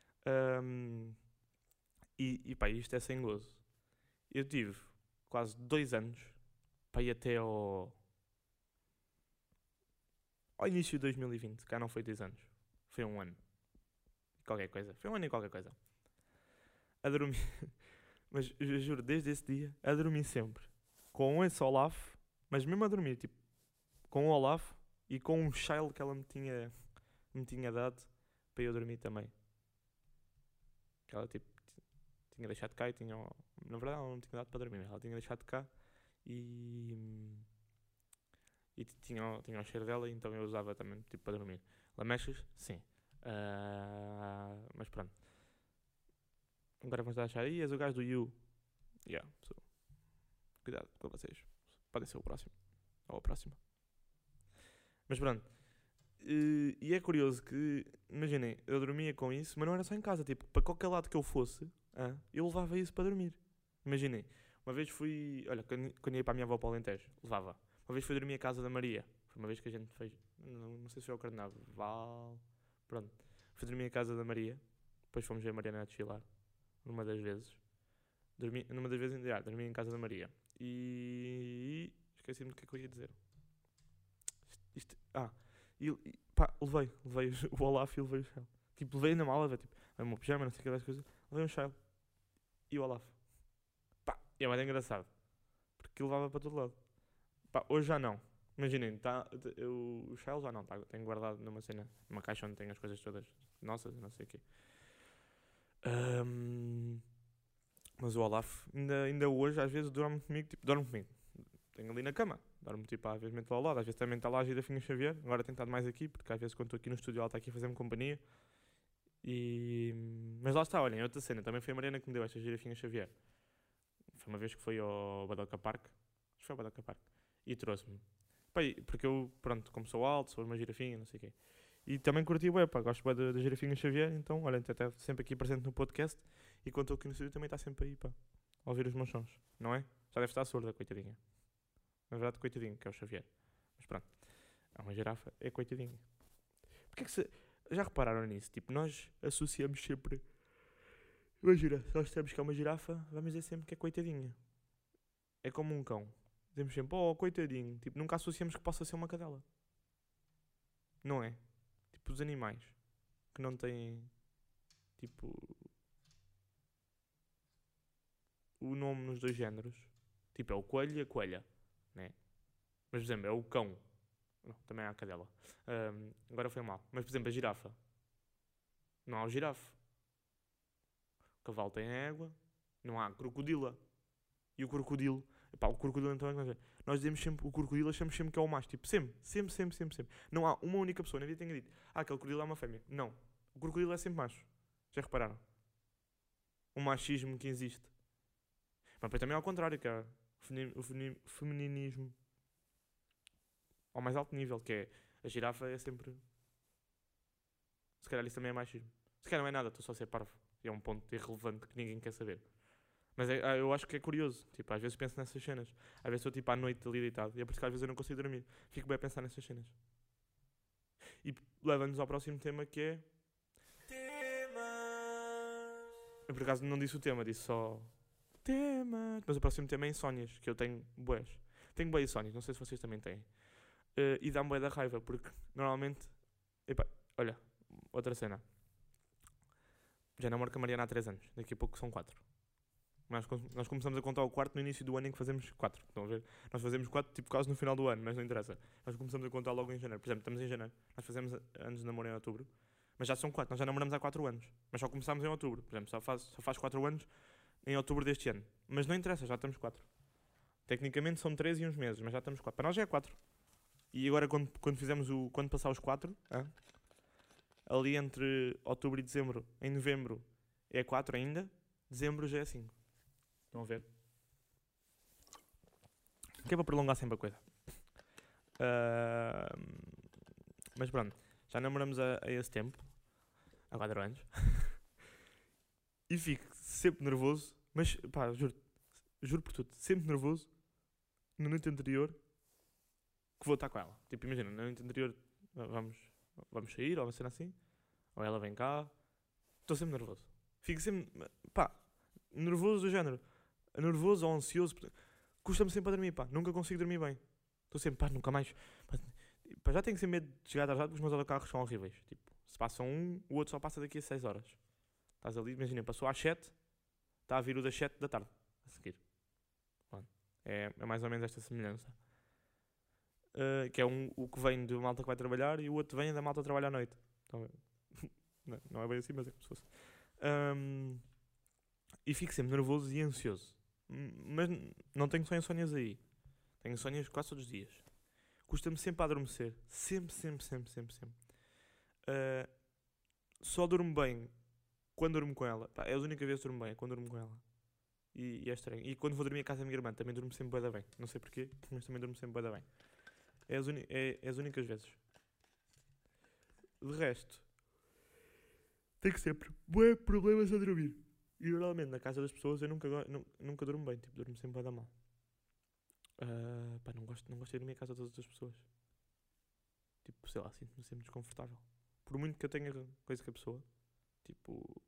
E pá, isto é sem gozo. Eu tive quase 2 anos para ir até ao início de 2020. Cá não foi 2 anos. Foi 1 ano. Qualquer coisa. Foi 1 ano e qualquer coisa. A dormir. Mas eu juro, desde esse dia, a dormir sempre. Com esse Olaf, mas mesmo a dormir, tipo, com o Olaf e com um child que ela me tinha dado para eu dormir também. Que ela, tipo, tinha deixado cá e tinha... Na verdade, ela não tinha dado para dormir. Ela tinha deixado cá e tinha o cheiro dela, então eu usava também, tipo, para dormir. Lamechas? Sim. Mas pronto. Agora vamos achar aí, és o gajo do You. Sou. Cuidado com vocês. Podem ser o próximo. Ou a próxima. Mas pronto. E é curioso que, imaginem, eu dormia com isso, mas não era só em casa. Tipo, para qualquer lado que eu fosse, eu levava isso para dormir. Imaginem, uma vez fui... Olha, quando ia para a minha avó para o Alentejo, levava. Uma vez fui dormir à casa da Maria. Foi uma vez que a gente fez... Não sei se foi ao Carnaval. Pronto. Fui dormir à casa da Maria. Depois fomos ver a Mariana a desfilar. Numa das vezes. Dormi em casa da Maria. E... Esqueci-me do que é que eu ia dizer. Pá, levei o Olaf e levei o Shell. Tipo, levei na mala, tipo, o meu pijama, não sei o que das coisas. Levei um Shell. E o Olaf. Pá, é mais engraçado. Porque levava para todo lado. Pá, hoje já não. Imaginem, o Shell já não, tenho guardado numa cena, numa caixa onde tenho as coisas todas nossas, não sei o quê. Mas o Olaf, ainda hoje, às vezes, dorme comigo. Tenho ali na cama. Dorme, tipo, às vezes lá ao lado, às vezes também está lá a Girafinha Xavier. Agora tem estado mais aqui, porque às vezes quando estou aqui no estúdio ela está aqui a fazer-me companhia. Mas lá está, olhem, outra cena, também foi a Mariana que me deu esta Girafinha Xavier. Foi uma vez que foi ao Badoca Park. Acho que foi ao Badoca Park. E trouxe-me. Pá, porque eu, pronto, como sou alto, sou uma girafinha, não sei o quê. E também curti o pá, gosto bem da Girafinha Xavier, então, olha, está sempre aqui presente no podcast. E quando estou aqui no estúdio também está sempre aí, pá, a ouvir os meus sons, não é? Já deve estar surda, coitadinha. Na verdade, coitadinho, que é o Xavier. Mas pronto, é uma girafa, é coitadinha. Porquê que já repararam nisso? Tipo, nós associamos sempre... Imagina, se nós temos que é uma girafa, vamos dizer sempre que é coitadinha. É como um cão. Dizemos sempre, coitadinho. Tipo, nunca associamos que possa ser uma cadela. Não é? Tipo, os animais que não têm, tipo, o nome nos 2 géneros. Tipo, é o coelho e a coelha, né? Mas, por exemplo, é o cão. Não, também há a cadela. Agora foi mal. Mas, por exemplo, a girafa. Não há o girafe. O cavalo tem a égua. Não há a crocodila. E o crocodilo... Epá, o crocodilo então é... Nós dizemos sempre... O crocodilo achamos sempre que é o macho. Tipo, sempre. Não há uma única pessoa na vida que tenha dito aquele crocodilo é uma fêmea. Não. O crocodilo é sempre macho. Já repararam? O machismo que existe. Mas depois também é ao contrário, que é o femininismo ao mais alto nível, que é a girafa é sempre... Se calhar isso também é machismo. Se calhar não é nada, estou só a ser parvo. E é um ponto irrelevante que ninguém quer saber. Mas eu acho que é curioso. Tipo, às vezes penso nessas cenas. Às vezes estou tipo à noite ali deitado. E é por isso que às vezes eu não consigo dormir. Fico bem a pensar nessas cenas. E leva-nos ao próximo tema, que é... Tema Eu por acaso não disse o tema, disse só tema. Mas o próximo tema é insónias, que eu tenho bués. Tenho bué insónias, não sei se vocês também têm. E dá-me bué da raiva, porque normalmente. Epá, olha, outra cena. Já namoro com a Mariana há 3 anos, daqui a pouco são 4. Nós começamos a contar o quarto no início do ano em que fazemos 4. Estão a ver? Nós fazemos 4 tipo quase no final do ano, mas não interessa. Nós começamos a contar logo em janeiro. Por exemplo, estamos em janeiro. Nós fazemos anos de namoro em outubro. Mas já são 4. Nós já namoramos há 4 anos. Mas só começámos em outubro. Por exemplo, só faz 4 anos em outubro deste ano. Mas não interessa, já estamos 4. Tecnicamente são 3 e uns meses, mas já estamos 4. Para nós já é 4. E agora quando passar os 4, ali entre outubro e dezembro, em novembro é 4 ainda, dezembro já é 5. Estão a ver? Que é para prolongar sempre a coisa. Mas pronto, já namoramos a esse tempo, há 4 anos. E fico sempre nervoso, mas pá, juro por tudo, sempre nervoso na noite anterior que vou estar com ela. Tipo, imagina, na noite anterior vamos sair, ou uma cena assim, ou ela vem cá, estou sempre nervoso. Fico sempre, pá, nervoso do género. Nervoso ou ansioso, custa-me sempre a dormir, pá, nunca consigo dormir bem. Estou sempre, pá, nunca mais. Pá, já tenho sempre medo de chegar atrasado porque os meus autocarros são horríveis. Tipo, se passa um, o outro só passa daqui a 6 horas. Estás ali, imagina, passou às 7, está a vir o das 7 da tarde, a seguir. Bom, é mais ou menos esta semelhança. Que é o que vem de malta que vai trabalhar e o outro vem da malta que trabalha à noite. Então, não é bem assim, mas é como se fosse. E fico sempre nervoso e ansioso. Mas não tenho só insónias aí. Tenho insónias quase todos os dias. Custa-me sempre a adormecer. Sempre. Só durmo bem quando durmo com ela. Pá, é a única vez que durmo bem, é quando durmo com ela. E é estranho. E quando vou dormir à casa da minha irmã, também durmo sempre bué da bem. Não sei porquê, mas também durmo sempre bué da bem. É as únicas vezes. De resto, tenho sempre bué problemas a dormir. E normalmente na casa das pessoas eu nunca durmo bem. Tipo, durmo sempre bué da mal. Pá, não gosto de dormir em casa das outras pessoas. Tipo, sei lá, sinto-me sempre desconfortável. Por muito que eu tenha coisa com a pessoa. Tipo...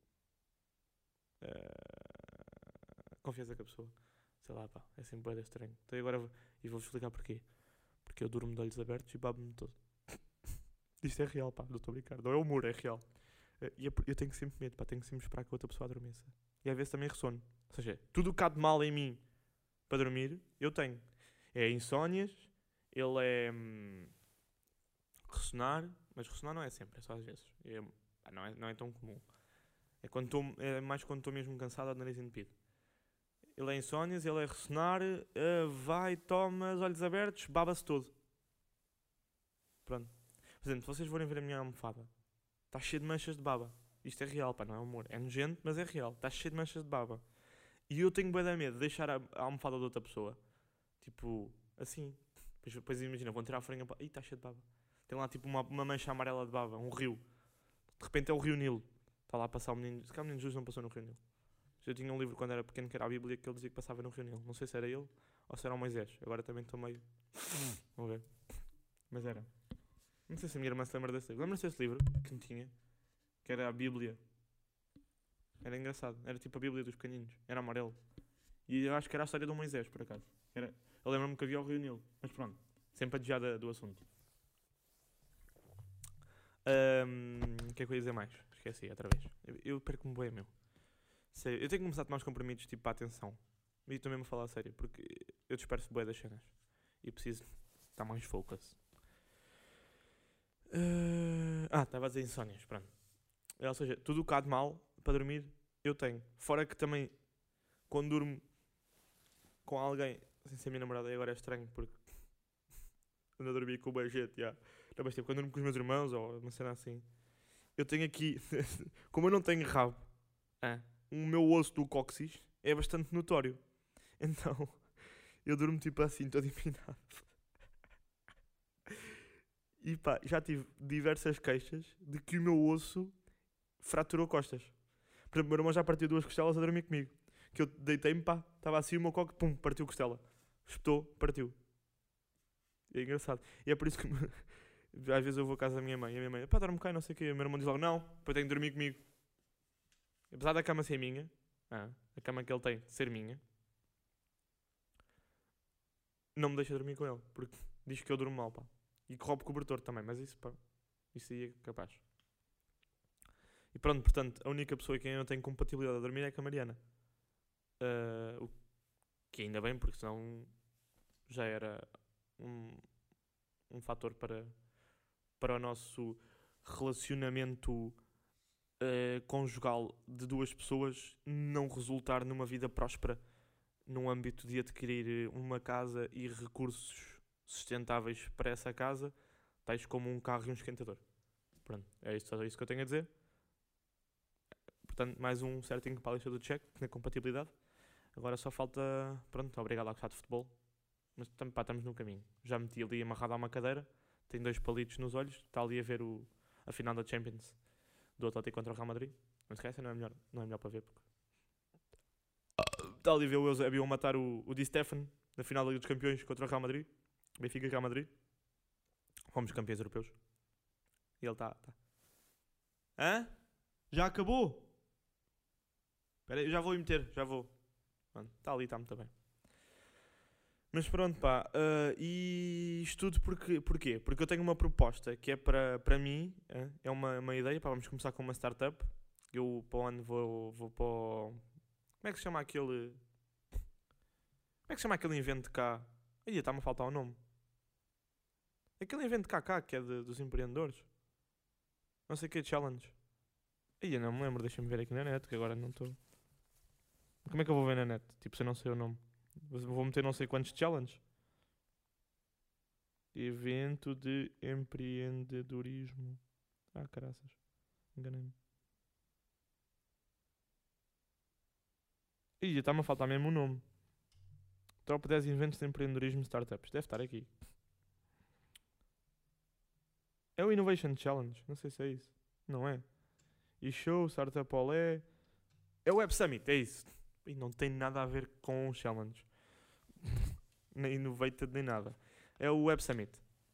confiança com a pessoa. Sei lá, pá, é sempre bué da estranho. Então agora vou-vos explicar porquê. Porque eu durmo de olhos abertos e babo-me todo. Isto é real, pá, não estou a brincar. Não é humor, é real. E eu tenho sempre medo, pá, tenho sempre de esperar que a outra pessoa adormeça. E às vezes também ressono. Ou seja, tudo o que há de mal em mim para dormir, eu tenho. É insónias, ele é ressonar, mas ressonar não é sempre, é só às vezes. Não é tão comum. É mais quando estou mesmo cansado ou de nariz entupido. Ele é insónias, ele é ressonar, vai, toma, os olhos abertos, baba-se todo. Pronto. Por exemplo, se vocês forem ver a minha almofada, está cheio de manchas de baba. Isto é real, pá, não é humor. É nojento, mas é real. Está cheio de manchas de baba. E eu tenho bué de medo de deixar a almofada de outra pessoa. Tipo, assim. Depois imagina, vão tirar a farinha para... Ih, está cheio de baba. Tem lá tipo uma mancha amarela de baba, um rio. De repente é o Rio Nilo. Está lá a passar o menino... Se calhar o menino Jesus não passou no Rio Nilo. Eu tinha um livro quando era pequeno que era a Bíblia que ele dizia que passava no Rio Nilo. Não sei se era ele ou se era o Moisés. Agora também estou meio... Vamos ver. Mas era. Não sei se a minha irmã se lembra desse livro. Lembra-se desse livro que tinha? Que era a Bíblia. Era engraçado. Era tipo a Bíblia dos pequeninos. Era amarelo. E eu acho que era a história do Moisés, por acaso. Eu lembro-me que havia o Rio Nilo. Mas pronto. Sempre a desviar do assunto. O que é que eu ia dizer mais? Esqueci, outra vez. Eu perco-me bem, meu. Sério, eu tenho que começar a tomar os comprimidos tipo para a atenção. E estou mesmo a falar a sério. Porque eu disperso bem das cenas. E preciso estar mais focus. Estava a dizer insónias, pronto. Ou seja, tudo o que há de mal para dormir, eu tenho. Fora que também, quando durmo com alguém, sem ser a minha namorada, e agora é estranho, porque ando a dormir com o bajete, já. Não, mas tipo, quando durmo com os meus irmãos, ou uma cena assim, eu tenho aqui, como eu não tenho rabo, o meu osso do cóccix é bastante notório. Então, eu durmo tipo assim, todo empinado. E pá, já tive diversas queixas de que o meu osso fraturou costas. Por exemplo, o meu irmão já partiu 2 costelas a dormir comigo. Que eu deitei-me, pá, estava assim o meu coque, pum, partiu costela. Espetou, partiu. É engraçado. E é por isso que às vezes eu vou à casa da minha mãe e a minha mãe, pá, dorme cá e não sei o quê. E o meu irmão diz logo, não, depois tem que dormir comigo. apesar da cama ser minha, a cama que ele tem ser minha, não me deixa dormir com ele, porque diz que eu durmo mal, pá. E que roubo cobertor também, mas isso, pá, isso aí é capaz. E pronto, portanto, a única pessoa com quem eu não tenho compatibilidade a dormir é com a Mariana. O que ainda bem, porque senão já era um fator para o nosso relacionamento conjugal de duas pessoas não resultar numa vida próspera num âmbito de adquirir uma casa e recursos sustentáveis para essa casa, tais como um carro e um esquentador. Pronto, é isso que eu tenho a dizer. Portanto, mais um certinho para a lista do check, na compatibilidade. Agora só falta, pronto, obrigado a gostar de futebol. Mas pá, estamos no caminho. Já meti ali amarrado a uma cadeira, tem 2 palitos nos olhos, está ali a ver a final da Champions do Atlético contra o Real Madrid. Não se esqueça, não é melhor para ver. Porque... está ali a ver o Eusébio a matar o Di Stefano na final da Liga dos Campeões contra o Real Madrid. Benfica e Real Madrid. Fomos campeões europeus. E ele está. Hã? Já acabou? Espera aí, eu já vou meter, já vou. Está ali, está muito bem. Mas pronto, pá. E isto tudo porquê? Porque eu tenho uma proposta que é para mim, é uma ideia. Pá, vamos começar com uma startup. Eu para o ano vou para o... Como é que se chama aquele... Como é que se chama aquele evento cá? Aí está-me a faltar o nome. Aquele evento cá que é dos empreendedores. Não sei o que é challenge. Aí eu não me lembro, deixa-me ver aqui na net, que agora não estou... Como é que eu vou ver na net? Tipo, se eu não sei o nome. Vou meter não sei quantos challenge. Evento de empreendedorismo. Caraças. Enganei-me. Ih, está-me a faltar mesmo o nome. Top 10 eventos de empreendedorismo e startups. Deve estar aqui. É o Innovation Challenge. Não sei se é isso. Não é? E show, Startup Olé. É o Web Summit, é isso. E não tem nada a ver com o challenge. Nem Innovated, nem nada. É o Web Summit.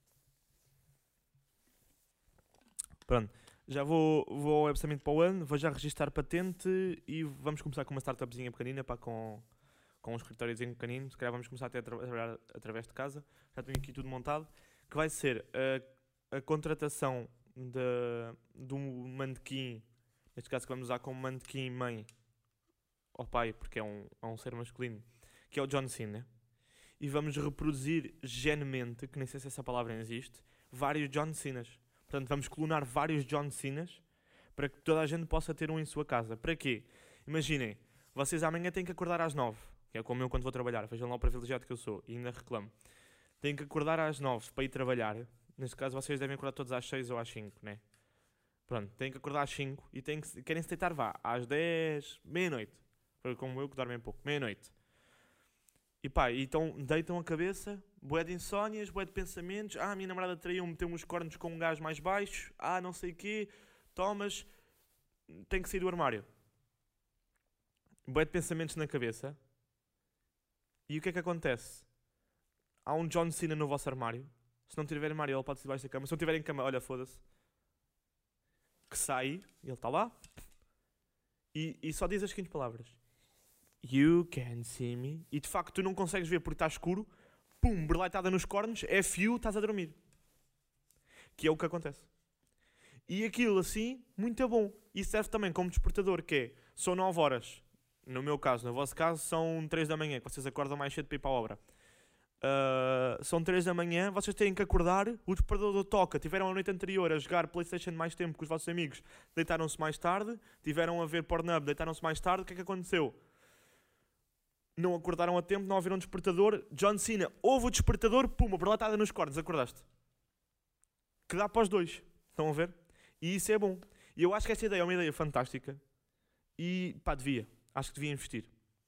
Pronto. Já vou ao Web Summit para o ano. Vou já registrar patente. E vamos começar com uma startupzinha pequenina. Pá, com um escritóriozinho pequenino. Se calhar vamos começar até a trabalhar através de casa. Já tenho aqui tudo montado. Que vai ser a contratação de um manequim. Neste caso que vamos usar como manequim mãe. Ao pai, porque é um ser masculino, que é o John Cena, e vamos reproduzir genemente, que nem sei se essa palavra existe, vários John Cenas. Portanto, vamos clonar vários John Cenas para que toda a gente possa ter um em sua casa. Para quê? Imaginem, vocês amanhã têm que acordar às 9, que é como eu quando vou trabalhar, vejam lá o privilegiado que eu sou, e ainda reclamo. Têm que acordar às 9 para ir trabalhar. Neste caso, vocês devem acordar todos às 6 ou às 5, né? Pronto, têm que acordar às 5 e querem se deitar, às 10, meia-noite. Foi como eu que dormem pouco, meia-noite. E pá, então deitam a cabeça, bué de insónias, bué de pensamentos. A minha namorada traiu-me, meteu-me os cornos com um gajo mais baixo. Não sei o quê. Tomas, tem que sair do armário. Bué de pensamentos na cabeça. E o que é que acontece? Há um John Cena no vosso armário. Se não tiver armário, ele pode sair debaixo da cama. Se não tiver em cama, olha, foda-se. Que sai, ele está lá. E só diz as seguintes palavras. You can see me. E de facto tu não consegues ver porque está escuro. Pum, berleitada nos cornos. FU, estás a dormir. Que é o que acontece. E aquilo assim, muito bom. E serve também como despertador, que é, são 9 horas. No meu caso, no vosso caso, são 3 da manhã, que vocês acordam mais cedo para ir para a obra. São 3 da manhã, vocês têm que acordar, o despertador toca, tiveram a noite anterior a jogar PlayStation mais tempo com os vossos amigos, deitaram-se mais tarde, tiveram a ver Pornhub, deitaram-se mais tarde, o que é que aconteceu? Não acordaram a tempo, não ouviram despertador, John Cena, ouve o despertador, puma, berlatada nos cornos, acordaste. Que dá para os dois, estão a ver? E isso é bom. E eu acho que esta ideia é uma ideia fantástica e pá, acho que devia investir.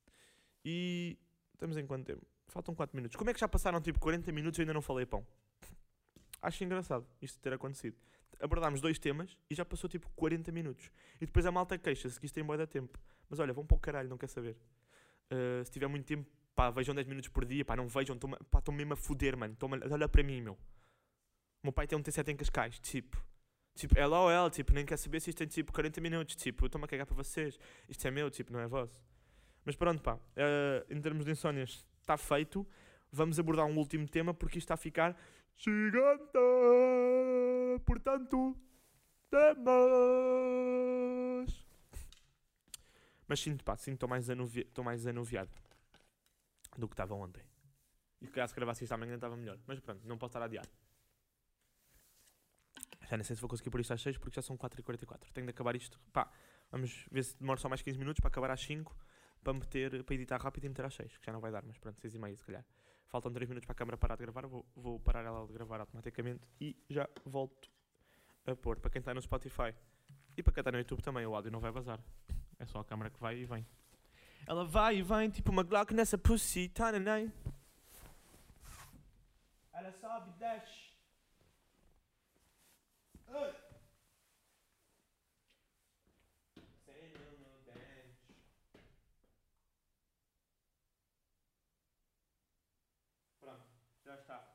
E estamos em quanto tempo? Faltam 4 minutos. Como é que já passaram tipo 40 minutos e ainda não falei pão? Acho engraçado isto ter acontecido. Abordámos 2 temas e já passou tipo 40 minutos. E depois a malta queixa-se que isto tem bué de tempo. Mas olha, vão para o caralho, não quer saber. Se tiver muito tempo, pá, vejam 10 minutos por dia, pá, não vejam, estão mesmo a foder, mano. Olha para mim, meu. O meu pai tem um T7 em Cascais, tipo. Tipo, ela ou ela, tipo, nem quer saber se isto tem tipo 40 minutos. Tipo, eu estou-me a cagar para vocês. Isto é meu, tipo, não é vosso. Mas pronto, pá. Em termos de insónias, está feito. Vamos abordar um último tema porque isto está a ficar gigante. Portanto, temas. Mas sinto, pá, sinto que estou mais anuviado do que estava ontem. E se calhar se gravasse isto amanhã estava melhor. Mas pronto, não posso estar a adiar. Já nem sei se vou conseguir pôr isto às 6 porque já são 4h44. Tenho de acabar isto. Pá, vamos ver se demora só mais 15 minutos para acabar às 5 para editar rápido e meter às 6, que já não vai dar, mas pronto, 6h30 se calhar. Faltam 3 minutos para a câmera parar de gravar. Vou parar ela de gravar automaticamente e já volto a pôr. Para quem está no Spotify e para quem está no YouTube também, o áudio não vai vazar. É só a câmera que vai e vem. Ela vai e vem, tipo uma Glock nessa pussy, tá, neném? Ela sobe e desce. Sem no dente. Pronto, já está.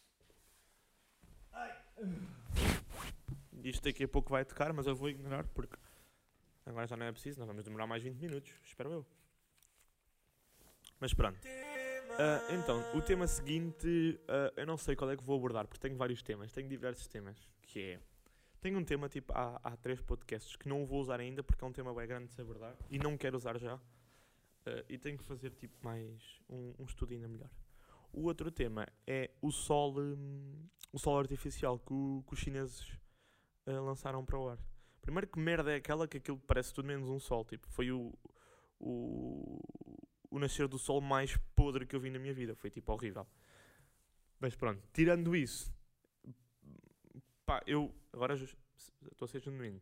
Ai. Isto daqui a pouco vai tocar, mas eu vou ignorar porque agora já não é preciso, não vamos demorar mais 20 minutos, espero eu. Mas pronto. Então, o tema seguinte, eu não sei qual é que vou abordar, porque tenho vários temas, tenho diversos temas, que é... Tenho um tema, tipo, há 3 podcasts que não vou usar ainda, porque é um tema bem grande de se abordar, e não quero usar já, e tenho que fazer, tipo, mais um estudo ainda melhor. O outro tema é o sol artificial que os chineses lançaram para o ar. Primeiro, que merda é aquela que aquilo parece tudo menos um sol, tipo, foi o nascer do sol mais podre que eu vi na minha vida. Foi tipo horrível. Mas pronto, tirando isso, pá, eu agora estou a ser genuíno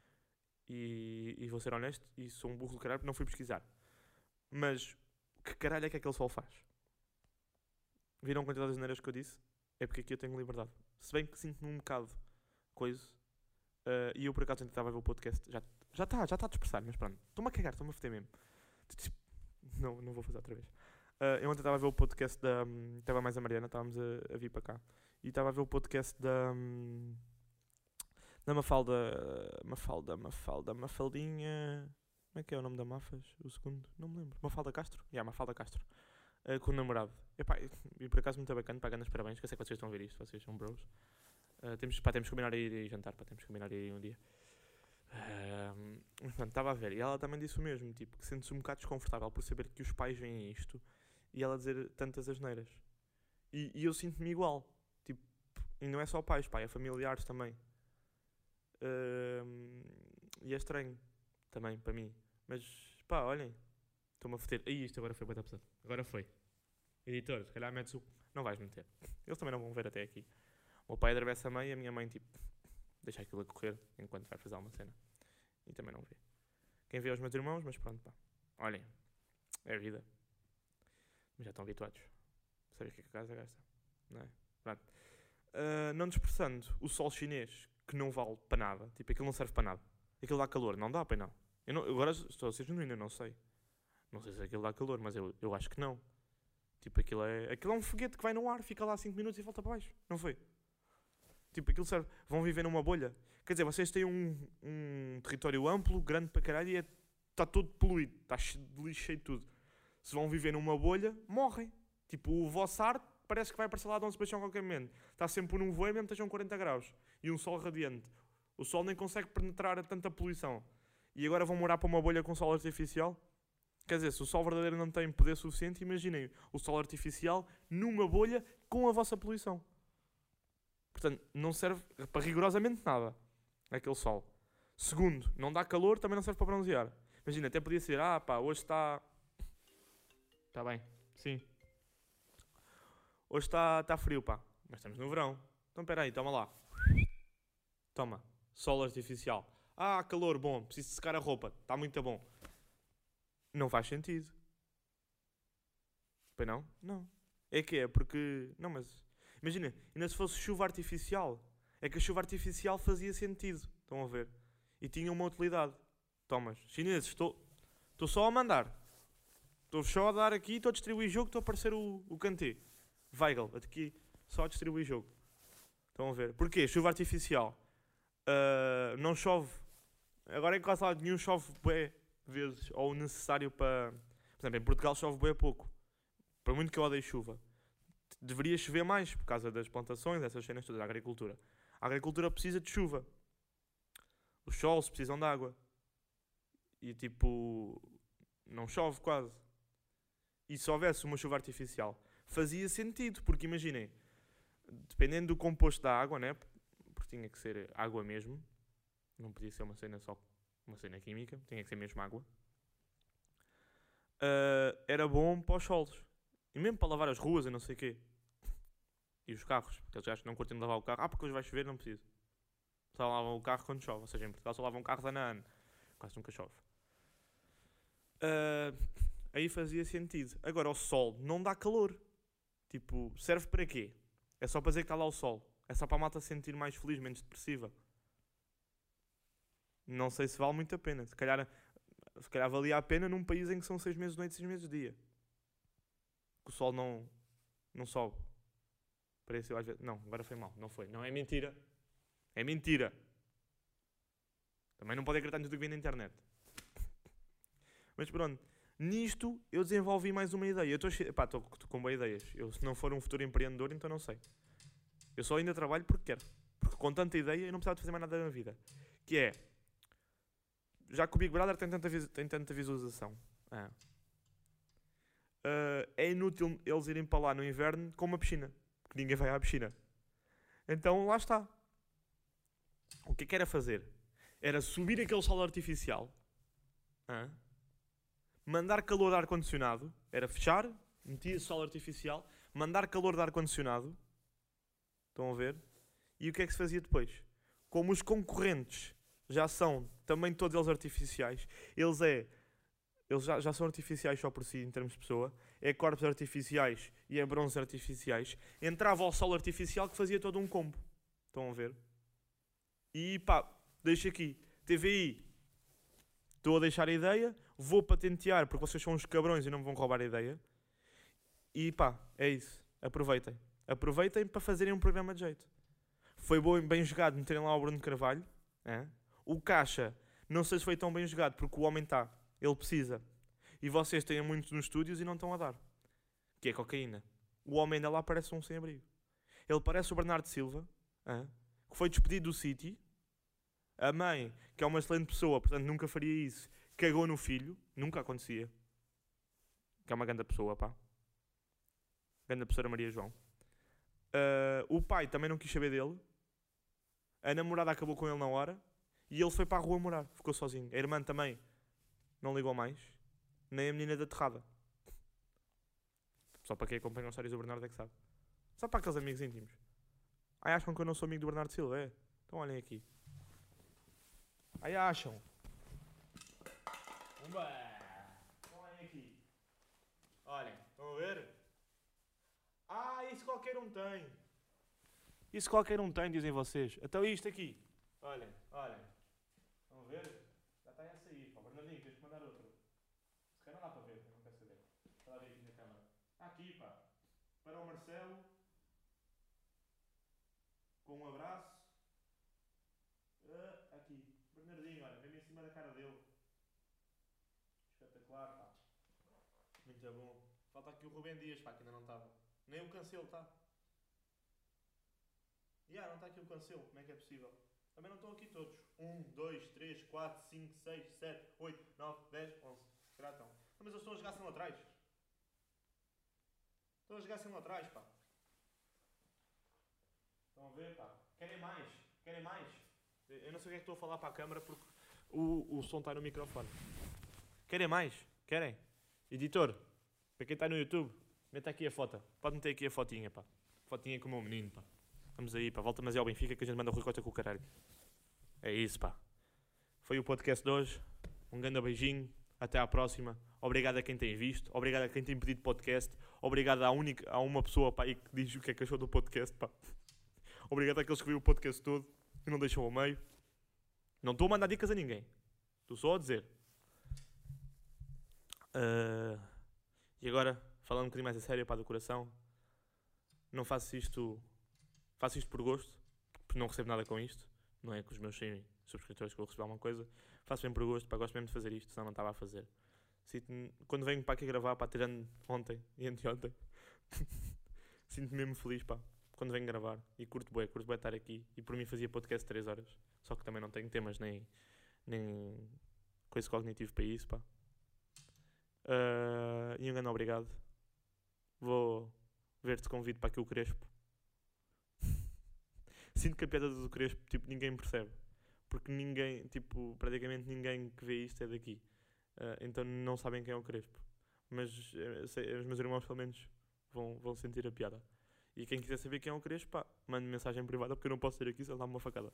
e vou ser honesto e sou um burro do caralho porque não fui pesquisar. Mas que caralho é que aquele sol faz? Viram a quantidade de asneiras que eu disse? É porque aqui eu tenho liberdade. Se bem que sinto-me um bocado coisa. E eu por acaso tentava ver o podcast. Já está a dispersar, mas pronto. Estou-me a cagar, estou-me a foder mesmo. Não vou fazer outra vez. Eu ontem estava a ver o podcast da... Estava mais a Mariana, estávamos a vir para cá. E estava a ver o podcast da Mafaldinha... Como é que é o nome da Mafas? O segundo? Não me lembro. Mafalda Castro? Mafalda Castro. Com o namorado. E por acaso muito bacana, pagando os parabéns, que eu sei que vocês estão a ver isto, vocês são bros. Temos que combinar a ir jantar, temos que combinar a ir um dia. Portanto, estava a ver, e ela também disse o mesmo, tipo, que sente-se um bocado desconfortável por saber que os pais veem isto e ela dizer tantas asneiras. E eu sinto-me igual, tipo, e não é só pais, pá, é familiares também. E é estranho também para mim, mas pá, olhem, estou-me a foder. Isto agora foi bem pesado. Agora foi. Editor, se calhar metes o. Não vais meter. Eles também não vão ver até aqui. O meu pai atravessa a mãe e a minha mãe, tipo, deixa aquilo a correr enquanto vai fazer uma cena. E também não vê. Quem vê é os meus irmãos, mas pronto, pá. Olhem, é a vida. Mas já estão habituados. Sabes o que é que a casa gasta? Não é? Pronto. Não dispersando o sol chinês, que não vale para nada. Tipo, aquilo não serve para nada. Aquilo dá calor. Não dá para não. Agora estou a ser genuíno, eu não sei. Não sei se aquilo dá calor, mas eu acho que não. Tipo, aquilo é um foguete que vai no ar, fica lá 5 minutos e volta para baixo. Não foi? Tipo, aquilo serve. Vão viver numa bolha. Quer dizer, vocês têm um território amplo, grande para caralho e está todo poluído. Está cheio de lixo, cheio de tudo. Se vão viver numa bolha, morrem. Tipo, o vosso ar parece que vai aparecer lá de um Sebastião a qualquer momento. Está sempre num voe, mesmo que estejam 40 graus. E um sol radiante. O sol nem consegue penetrar a tanta poluição. E agora vão morar para uma bolha com sol artificial? Quer dizer, se o sol verdadeiro não tem poder suficiente, imaginem o sol artificial numa bolha com a vossa poluição. Portanto, não serve para rigorosamente nada aquele sol. Segundo, não dá calor, também não serve para bronzear. Imagina, até podia ser, hoje está... Está bem, sim. Hoje está frio, pá. Mas estamos no verão. Então, espera aí, toma lá. Toma, sol artificial. Calor, bom, preciso secar a roupa. Está muito bom. Não faz sentido. Pois não? Não. É que é, porque... Não, mas... Imagina, ainda se fosse chuva artificial. É que a chuva artificial fazia sentido. Estão a ver? E tinha uma utilidade. Tomas. Chineses, estou só a mandar. Estou só a dar aqui, estou a distribuir jogo, estou a aparecer o Kanté. Weigl, aqui só a distribuir jogo. Estão a ver? Porquê? Chuva artificial. Não chove. Agora em quase lado nenhum chove bué vezes, ou necessário para... Por exemplo, em Portugal chove bué pouco. Por muito que eu odeie chuva. Deveria chover mais por causa das plantações, essas cenas todas, da agricultura. A agricultura precisa de chuva. Os solos precisam de água. E tipo, não chove quase. E se houvesse uma chuva artificial, fazia sentido, porque imaginem, dependendo do composto da água, né? Porque tinha que ser água mesmo, não podia ser uma cena só, uma cena química, tinha que ser mesmo água. Era bom para os solos. E mesmo para lavar as ruas e não sei o quê. E os carros, aqueles gajos que não curtem de lavar o carro. Porque hoje vai chover, não preciso. Só lavam o carro quando chove. Ou seja, em Portugal só lavam carros ano a ano. Quase nunca chove. Aí fazia sentido. Agora, o sol não dá calor. Tipo, serve para quê? É só para dizer que está lá o sol. É só para a malta se sentir mais feliz, menos depressiva. Não sei se vale muito a pena. Se calhar valia a pena num país em que são 6 meses de noite e 6 meses de dia. Que o sol não sobe. Parece eu às vezes... Não, agora foi mal. Não foi. Não, é mentira. É mentira. Também não pode acreditar em tudo que vem na internet. Mas pronto. Nisto eu desenvolvi mais uma ideia. Eu estou com boas ideias. Eu, se não for um futuro empreendedor, então não sei. Eu só ainda trabalho porque quero. Porque com tanta ideia eu não precisava de fazer mais nada na vida. Que é... Já que o Big Brother tem tanta visualização. É inútil eles irem para lá no inverno com uma piscina. Porque ninguém vai à piscina. Então lá está. O que era fazer? Era subir aquele sol artificial. Mandar calor de ar-condicionado. Era fechar, metia sol artificial, mandar calor de ar-condicionado. Estão a ver? E o que é que se fazia depois? Como os concorrentes já são também todos eles artificiais, eles já são artificiais só por si, em termos de pessoa, é corpos artificiais e é bronzes artificiais, entrava ao sol artificial que fazia todo um combo. Estão a ver? E pá, deixo aqui. TVI, estou a deixar a ideia, vou patentear porque vocês são uns cabrões e não me vão roubar a ideia. E pá, é isso. Aproveitem. Aproveitem para fazerem um programa de jeito. Foi bem jogado meterem lá o Bruno Carvalho. O Caixa, não sei se foi tão bem jogado porque o homem está. Ele precisa. E vocês têm muitos nos estúdios e não estão a dar. Que é cocaína. O homem ainda lá parece um sem-abrigo. Ele parece o Bernardo Silva, que foi despedido do City. A mãe, que é uma excelente pessoa, portanto nunca faria isso, cagou no filho. Nunca acontecia. Que é uma grande pessoa, pá. Grande professora Maria João. O pai também não quis saber dele. A namorada acabou com ele na hora. E ele foi para a rua morar. Ficou sozinho. A irmã também não ligou mais. Nem a menina da terrada. Só para quem acompanha as histórias do Bernardo é que sabe. Só para aqueles amigos íntimos. Acham que eu não sou amigo do Bernardo Silva? É? Então olhem aqui. Acham. Então olhem aqui. Olhem. Estão a ver? Isso qualquer um tem. Isso qualquer um tem, dizem vocês. Então isto aqui. Olhem. Estão a ver? Já está a sair. Pá. Bernardinho, tens que mandar outro. Se calhar não dá para ver, eu não quero saber. Está a ver aqui na câmara. Aqui, pá. Para o Marcelo. Com um abraço. Aqui. Bernardinho, olha, vem em cima da cara dele. Espetacular, pá. Muito bom. Falta aqui o Rubem Dias, pá, que ainda não estava. Nem o Cancelo está. Não está aqui o Cancelo. Como é que é possível? Também não estão aqui todos. 1, 2, 3, 4, 5, 6, 7, 8, 9, 10, 11. Se calhar estão. Mas eles estão a jogar sem lá atrás. Estão a jogar sem lá atrás, pá. Estão a ver, pá. Querem mais? Querem mais? Eu não sei o que é que estou a falar para a câmara porque o som está no microfone. Querem mais? Querem? Editor, para quem está no YouTube, meta aqui a foto. Pode meter aqui a fotinha, pá. Fotinha com o meu menino, pá. Vamos aí, pá. Volta, mas é ao Benfica que a gente manda o Rui Costa com o caralho. É isso, pá. Foi o podcast de hoje. Um grande beijinho. Até à próxima. Obrigado a quem tem visto. Obrigado a quem tem pedido podcast. Obrigado a uma pessoa, pá, aí que diz o que é que achou do podcast, pá. Obrigado àqueles que viram o podcast todo e não deixam ao meio. Não estou a mandar dicas a ninguém. Estou só a dizer. E agora, falando um bocadinho mais a sério, pá, do coração. Não faço isto... Faço isto por gosto. Porque não recebo nada com isto. não é com os meus 100 subscritores que vou receber alguma coisa. Faço bem por gosto, pá, gosto mesmo de fazer isto, senão não estava a fazer. Quando venho para aqui gravar, pá, tirando ontem e anteontem, sinto-me mesmo feliz, pá, quando venho gravar. E curto bué estar aqui. E por mim fazia podcast 3 horas. Só que também não tenho temas nem coisa cognitivo para isso, pá. E um grande obrigado. Vou ver-te convido para aqui o Crespo. Sinto que a piada do Crespo, tipo, ninguém percebe. Porque ninguém, tipo, praticamente ninguém que vê isto é daqui. Então não sabem quem é o Crespo. Mas os meus irmãos, pelo menos, vão sentir a piada. E quem quiser saber quem é o Crespo, pá, mande mensagem privada, porque eu não posso ser aqui se ele dá-me uma facada.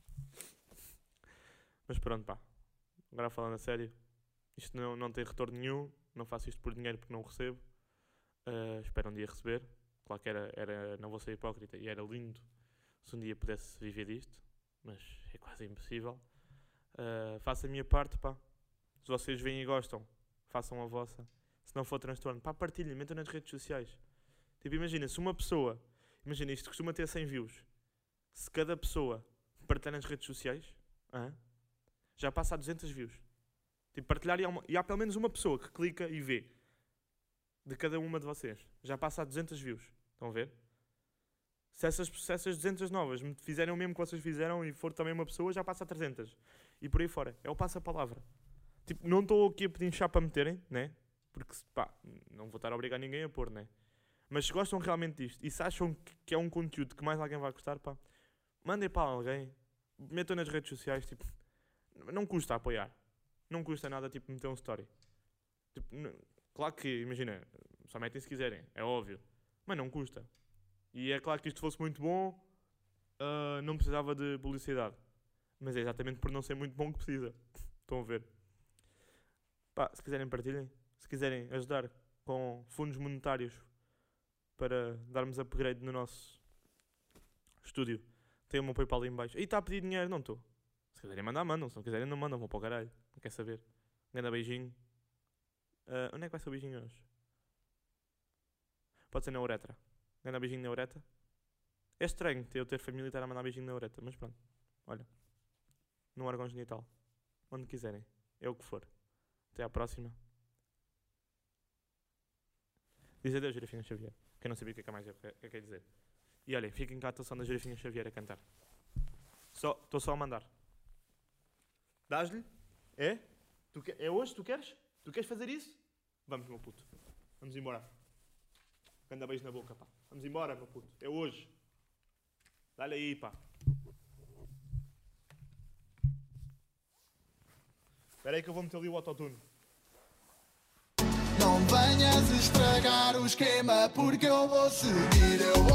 Mas pronto, pá. Agora falando a sério, isto não tem retorno nenhum. Não faço isto por dinheiro porque não o recebo. Espero um dia receber. Claro que não vou ser hipócrita, e era lindo se um dia pudesse viver disto. Mas é quase impossível. Faço a minha parte, pá. Se vocês veem e gostam, façam a vossa. Se não for transtorno, pá, partilhem, metam nas redes sociais. Tipo, imagina, se uma pessoa... Imagina, isto costuma ter 100 views. Se cada pessoa partilhar nas redes sociais, já passa a 200 views. Tipo, partilhar e há pelo menos uma pessoa que clica e vê. De cada uma de vocês. Já passa a 200 views. Estão a ver? Se essas 200 novas me fizerem o mesmo que vocês fizeram e for também uma pessoa, já passa a 300. E por aí fora. É o passo-a-palavra. Tipo, não estou aqui a pedir chá para meterem, né? Porque, pá, não vou estar a obrigar ninguém a pôr, né? Mas se gostam realmente disto e se acham que é um conteúdo que mais alguém vai gostar, pá, mandem para alguém. Metam nas redes sociais, tipo, não custa apoiar. Não custa nada, tipo, meter um story. Tipo, claro que, imagina, só metem se quiserem, é óbvio. Mas não custa. E é claro que isto fosse muito bom, não precisava de publicidade. Mas é exatamente por não ser muito bom que precisa. Estão a ver? Pá, se quiserem partilhem. Se quiserem ajudar com fundos monetários para darmos upgrade no nosso estúdio, tem o meu PayPal ali em baixo. E está a pedir dinheiro? Não estou. Se quiserem mandar, mandam. Se não quiserem, não mandam. Vão para o caralho. Não quer saber. Um grande beijinho. Onde é que vai ser o beijinho hoje? Pode ser na uretra. Um grande beijinho na uretra. É estranho eu ter família e estar a mandar beijinho na uretra. Mas pronto. Olha. No órgão genital. Onde quiserem. É o que for. Até à próxima. Diz adeus, Girafinha Xavier. Que eu não sabia o que é mais eu quero dizer. E olhem, fiquem cá a atuação da Girafinha Xavier a cantar. Estou só a mandar. Dás-lhe? É? É hoje? Tu queres? Tu queres fazer isso? Vamos, meu puto. Vamos embora. Anda beijo na boca, pá. Vamos embora, meu puto. É hoje. Dá-lhe aí, pá. Espera aí que eu vou meter ali o autotune. Não venhas estragar o esquema, porque eu vou seguir, eu